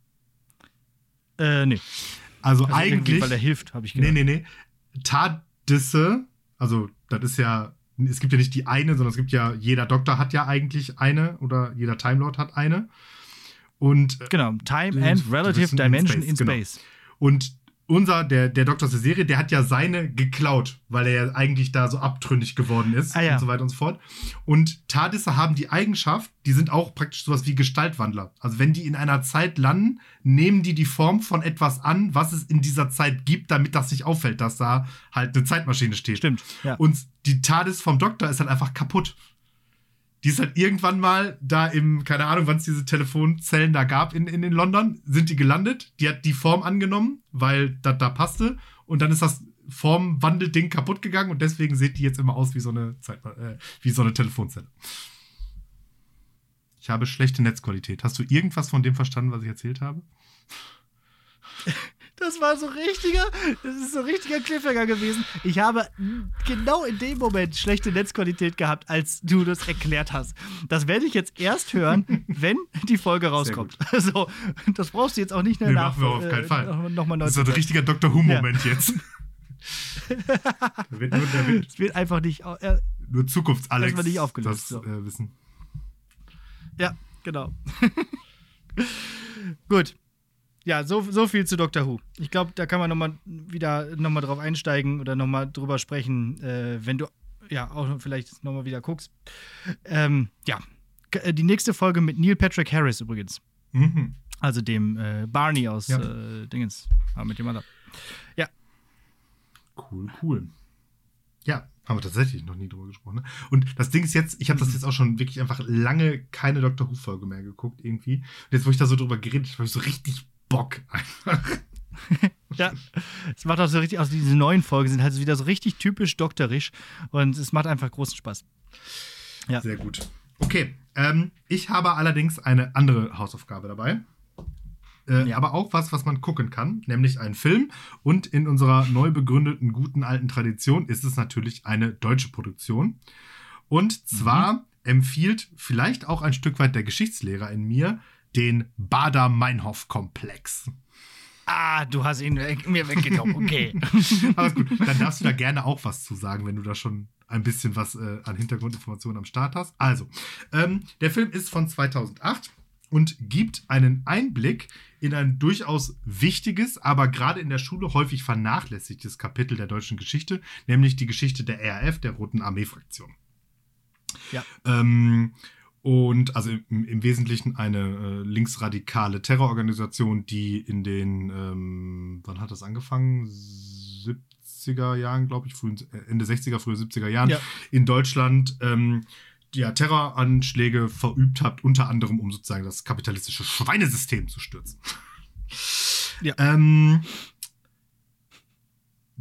Äh, nee. Also, also eigentlich. Weil er hilft, habe ich gedacht. Nee, nee, nee. TARDISe, also das ist ja, es gibt ja nicht die eine, sondern es gibt ja, jeder Doktor hat ja eigentlich eine oder jeder Time Lord hat eine. Und genau, Time and Relative Dimension in Space. In space. Genau. Und unser, der, der Doktor aus der Serie, der hat ja seine geklaut, weil er ja eigentlich da so abtrünnig geworden ist ah, ja. und so weiter und so fort. Und TARDISe haben die Eigenschaft, die sind auch praktisch sowas wie Gestaltwandler. Also wenn die in einer Zeit landen, nehmen die die Form von etwas an, was es in dieser Zeit gibt, damit das nicht auffällt, dass da halt eine Zeitmaschine steht. Stimmt, ja. Und die TARDIS vom Doktor ist halt einfach kaputt. Die ist halt irgendwann mal da im, keine Ahnung, wann es diese Telefonzellen da gab in, in, in London, sind die gelandet. Die hat die Form angenommen, weil das da passte. Und dann ist das Formwandelding kaputt gegangen und deswegen sieht die jetzt immer aus wie so eine, Zeit, äh, wie so eine Telefonzelle. Ich habe schlechte Netzqualität. Hast du irgendwas von dem verstanden, was ich erzählt habe? Das war so richtiger, das ist so richtiger Cliffhanger gewesen. Ich habe genau in dem Moment schlechte Netzqualität gehabt, als du das erklärt hast. Das werde ich jetzt erst hören, wenn die Folge rauskommt. Also, das brauchst du jetzt auch nicht mehr nee, nach. Machen wir auf keinen äh, Fall. Noch, noch mal das ist so ein richtiger Doktor Who-Moment ja. jetzt. der wird nur, der wird es wird einfach nicht. Äh, nur Zukunfts-Alex nicht aufgelöst, das so. äh, wissen. Ja, genau. Gut. Ja, so, so viel zu Doctor Who. Ich glaube, da kann man noch mal wieder noch mal drauf einsteigen oder noch mal drüber sprechen, äh, wenn du ja auch vielleicht noch mal wieder guckst. Ähm, ja, die nächste Folge mit Neil Patrick Harris übrigens. Mhm. Also dem äh, Barney aus ja. äh, Dingens. Ah, mit dem anderen. Ja. Cool, cool. Ja, haben wir tatsächlich noch nie drüber gesprochen. Ne? Und das Ding ist jetzt, ich habe das jetzt auch schon wirklich einfach lange keine Doctor Who-Folge mehr geguckt irgendwie. Und jetzt, wo ich da so drüber geredet habe, habe ich so richtig Bock einfach. Ja, es macht auch so richtig, also diese neuen Folgen sind halt wieder so richtig typisch doktorisch und es macht einfach großen Spaß. Ja. Sehr gut. Okay, ähm, ich habe allerdings eine andere Hausaufgabe dabei. Äh, ja. Aber auch was, was man gucken kann, nämlich einen Film. Und in unserer neu begründeten guten alten Tradition ist es natürlich eine deutsche Produktion. Und zwar mhm. empfiehlt vielleicht auch ein Stück weit der Geschichtslehrer in mir den Baader-Meinhof-Komplex. Ah, du hast ihn weg, mir weggenommen, okay. Alles gut, dann darfst du da gerne auch was zu sagen, wenn du da schon ein bisschen was äh, an Hintergrundinformationen am Start hast. Also, ähm, der Film ist von zweitausendacht und gibt einen Einblick in ein durchaus wichtiges, aber gerade in der Schule häufig vernachlässigtes Kapitel der deutschen Geschichte, nämlich die Geschichte der R A F, der Roten Armee-Fraktion. Ja. Ähm, Und also im, im Wesentlichen eine äh, linksradikale Terrororganisation, die in den, ähm, wann hat das angefangen? siebziger Jahren, glaube ich, frühen, Ende sechziger, frühe siebziger Jahren ja. in Deutschland ähm, ja, Terroranschläge verübt hat, unter anderem, um sozusagen das kapitalistische Schweinesystem zu stürzen. Ja. ähm,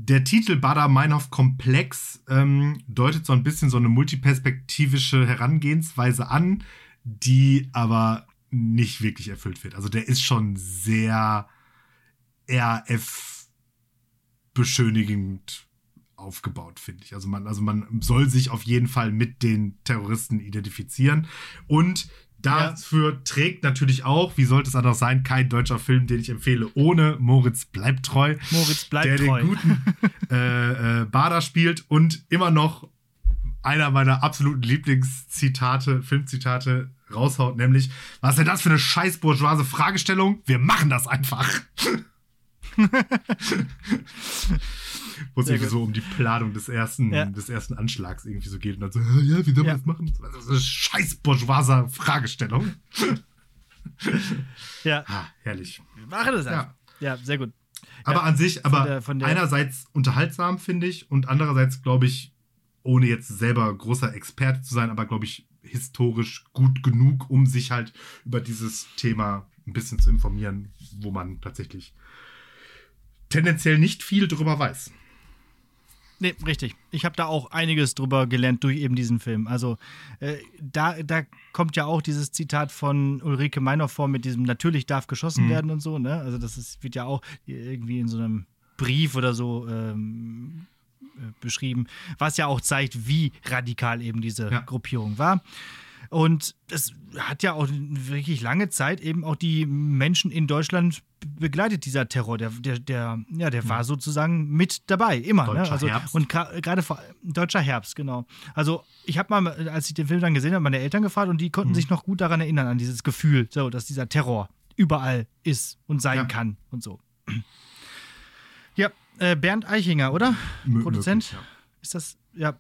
Der Titel Baader-Meinhof-Komplex ähm, deutet so ein bisschen so eine multiperspektivische Herangehensweise an, die aber nicht wirklich erfüllt wird. Also der ist schon sehr R F-beschönigend aufgebaut, finde ich. Also man, also man soll sich auf jeden Fall mit den Terroristen identifizieren. Und dafür ja. trägt natürlich auch, wie sollte es anders sein, kein deutscher Film, den ich empfehle, ohne Moritz bleibt treu. Moritz bleibt der treu. Den guten äh, äh, Baader spielt und immer noch einer meiner absoluten Lieblingszitate, Filmzitate raushaut, nämlich, was ist denn das für eine scheiß bourgeoise Fragestellung? Wir machen das einfach. Wo es irgendwie so um die Planung des ersten, ja. des ersten Anschlags irgendwie so geht und dann so, ja, wie soll man ja. das machen? Das ist eine scheiß bourgeoise Fragestellung. Ja. Ah, herrlich. Wir machen das einfach. Ja, ja, sehr gut. Aber ja, an sich, aber von der, von der einerseits unterhaltsam, finde ich, und andererseits, glaube ich, ohne jetzt selber großer Experte zu sein, aber glaube ich, historisch gut genug, um sich halt über dieses Thema ein bisschen zu informieren, wo man tatsächlich tendenziell nicht viel drüber weiß. Nee, richtig. Ich habe da auch einiges drüber gelernt durch eben diesen Film. Also äh, da, da kommt ja auch dieses Zitat von Ulrike Meinhof vor mit diesem natürlich darf geschossen mhm. werden und so, ne? Also das ist, wird ja auch irgendwie in so einem Brief oder so ähm, beschrieben, was ja auch zeigt, wie radikal eben diese ja. Gruppierung war. Und das hat ja auch wirklich lange Zeit eben auch die Menschen in Deutschland begleitet, dieser Terror. Der, der, der, ja, der war sozusagen mit dabei, immer. Deutscher ne? Also, Herbst. Und gerade gra- Deutscher Herbst, genau. Also ich habe mal, als ich den Film dann gesehen habe, meine Eltern gefragt und die konnten mhm. sich noch gut daran erinnern, an dieses Gefühl, so, dass dieser Terror überall ist und sein ja. kann und so. Ja, äh, Bernd Eichinger, oder? M- Produzent? Möglich, ja. Ist das, ja.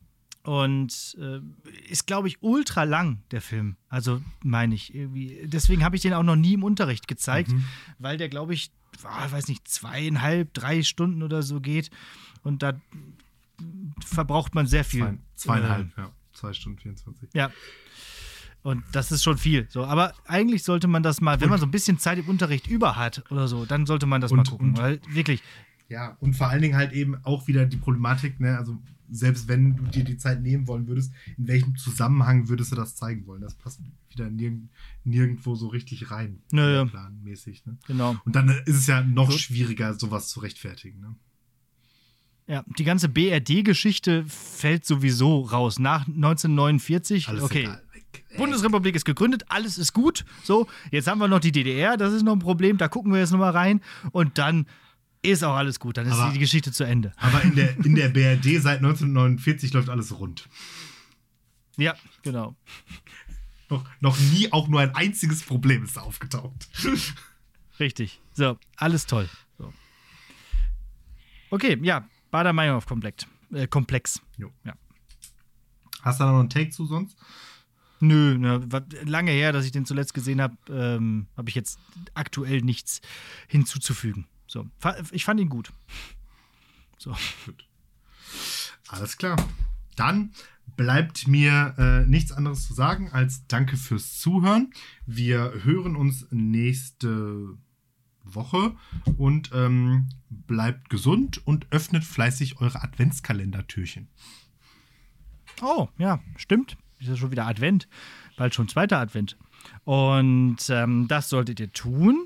Und äh, ist, glaube ich, ultra lang, der Film. Also, meine ich irgendwie. Deswegen habe ich den auch noch nie im Unterricht gezeigt, mhm. weil der, glaube ich, oh, weiß nicht, zweieinhalb, drei Stunden oder so geht. Und da verbraucht man sehr viel. Zwei, zweieinhalb, äh, ja. Zwei Stunden vierundzwanzig. Ja. Und das ist schon viel. So, aber eigentlich sollte man das mal, wenn und, man so ein bisschen Zeit im Unterricht über hat oder so, dann sollte man das und, mal gucken. Und, weil wirklich. Ja, und vor allen Dingen halt eben auch wieder die Problematik, ne, also selbst wenn du dir die Zeit nehmen wollen würdest, in welchem Zusammenhang würdest du das zeigen wollen? Das passt wieder nirg- nirgendwo so richtig rein. Naja. Planmäßig, ne? Genau. Und dann ist es ja noch so. schwieriger, sowas zu rechtfertigen, ne? Ja, die ganze B R D-Geschichte fällt sowieso raus. Nach neunzehnhundertneunundvierzig, alles okay, egal. Weg. Bundesrepublik ist gegründet, alles ist gut. So, jetzt haben wir noch die D D R, das ist noch ein Problem, da gucken wir jetzt nochmal rein. Und dann ist auch alles gut, dann ist aber, die Geschichte zu Ende. Aber in der, in der B R D seit neunzehnhundertneunundvierzig läuft alles rund. Ja, genau. Noch, noch nie auch nur ein einziges Problem ist da aufgetaucht. Richtig. So, alles toll. So. Okay, ja, Baader-Meinhof-Komplex. Äh, Komplex. Jo. Ja. Hast du da noch einen Take zu sonst? Nö, ne, war lange her, dass ich den zuletzt gesehen habe, ähm, habe ich jetzt aktuell nichts hinzuzufügen. So, ich fand ihn gut. So. Gut. Alles klar. Dann bleibt mir äh, nichts anderes zu sagen als danke fürs Zuhören. Wir hören uns nächste Woche und ähm, bleibt gesund und öffnet fleißig eure Adventskalendertürchen. Oh, ja, stimmt. Ist ja schon wieder Advent. Bald schon zweiter Advent. Und ähm, das solltet ihr tun.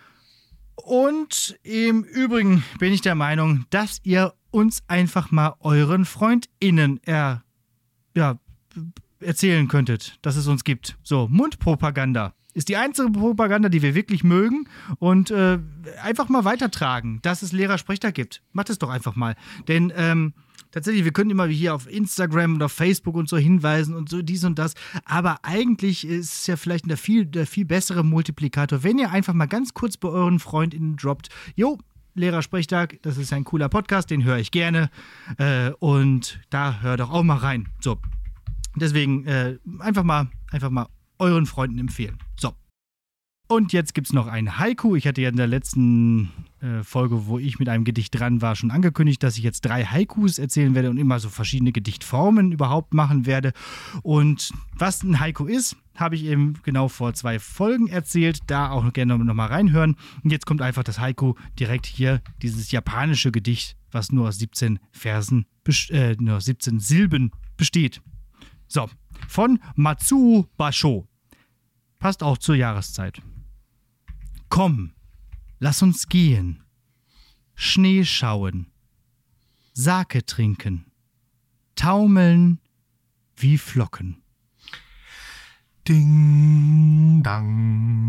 Und im Übrigen bin ich der Meinung, dass ihr uns einfach mal euren FreundInnen er, ja, erzählen könntet, dass es uns gibt. So, Mundpropaganda ist die einzige Propaganda, die wir wirklich mögen. Und äh, einfach mal weitertragen, dass es Lehrersprechtag gibt. Macht es doch einfach mal. Denn ähm, tatsächlich, wir können immer hier auf Instagram und auf Facebook und so hinweisen und so dies und das. Aber eigentlich ist es ja vielleicht der viel, der viel bessere Multiplikator, wenn ihr einfach mal ganz kurz bei euren FreundInnen droppt. Jo, Lehrersprechtag, das ist ein cooler Podcast, den höre ich gerne. Äh, und da hört doch auch mal rein. So, deswegen äh, einfach mal, einfach mal euren Freunden empfehlen. So. Und jetzt gibt es noch ein Haiku. Ich hatte ja in der letzten äh, Folge, wo ich mit einem Gedicht dran war, schon angekündigt, dass ich jetzt drei Haikus erzählen werde und immer so verschiedene Gedichtformen überhaupt machen werde. Und was ein Haiku ist, habe ich eben genau vor zwei Folgen erzählt. Da auch gerne noch mal reinhören. Und jetzt kommt einfach das Haiku direkt hier, dieses japanische Gedicht, was nur aus siebzehn Versen, äh, nur aus siebzehn Silben besteht. So, von Matsuo Basho. Passt auch zur Jahreszeit. Komm, lass uns gehen, Schnee schauen, Sake trinken, taumeln wie Flocken. Ding, dang,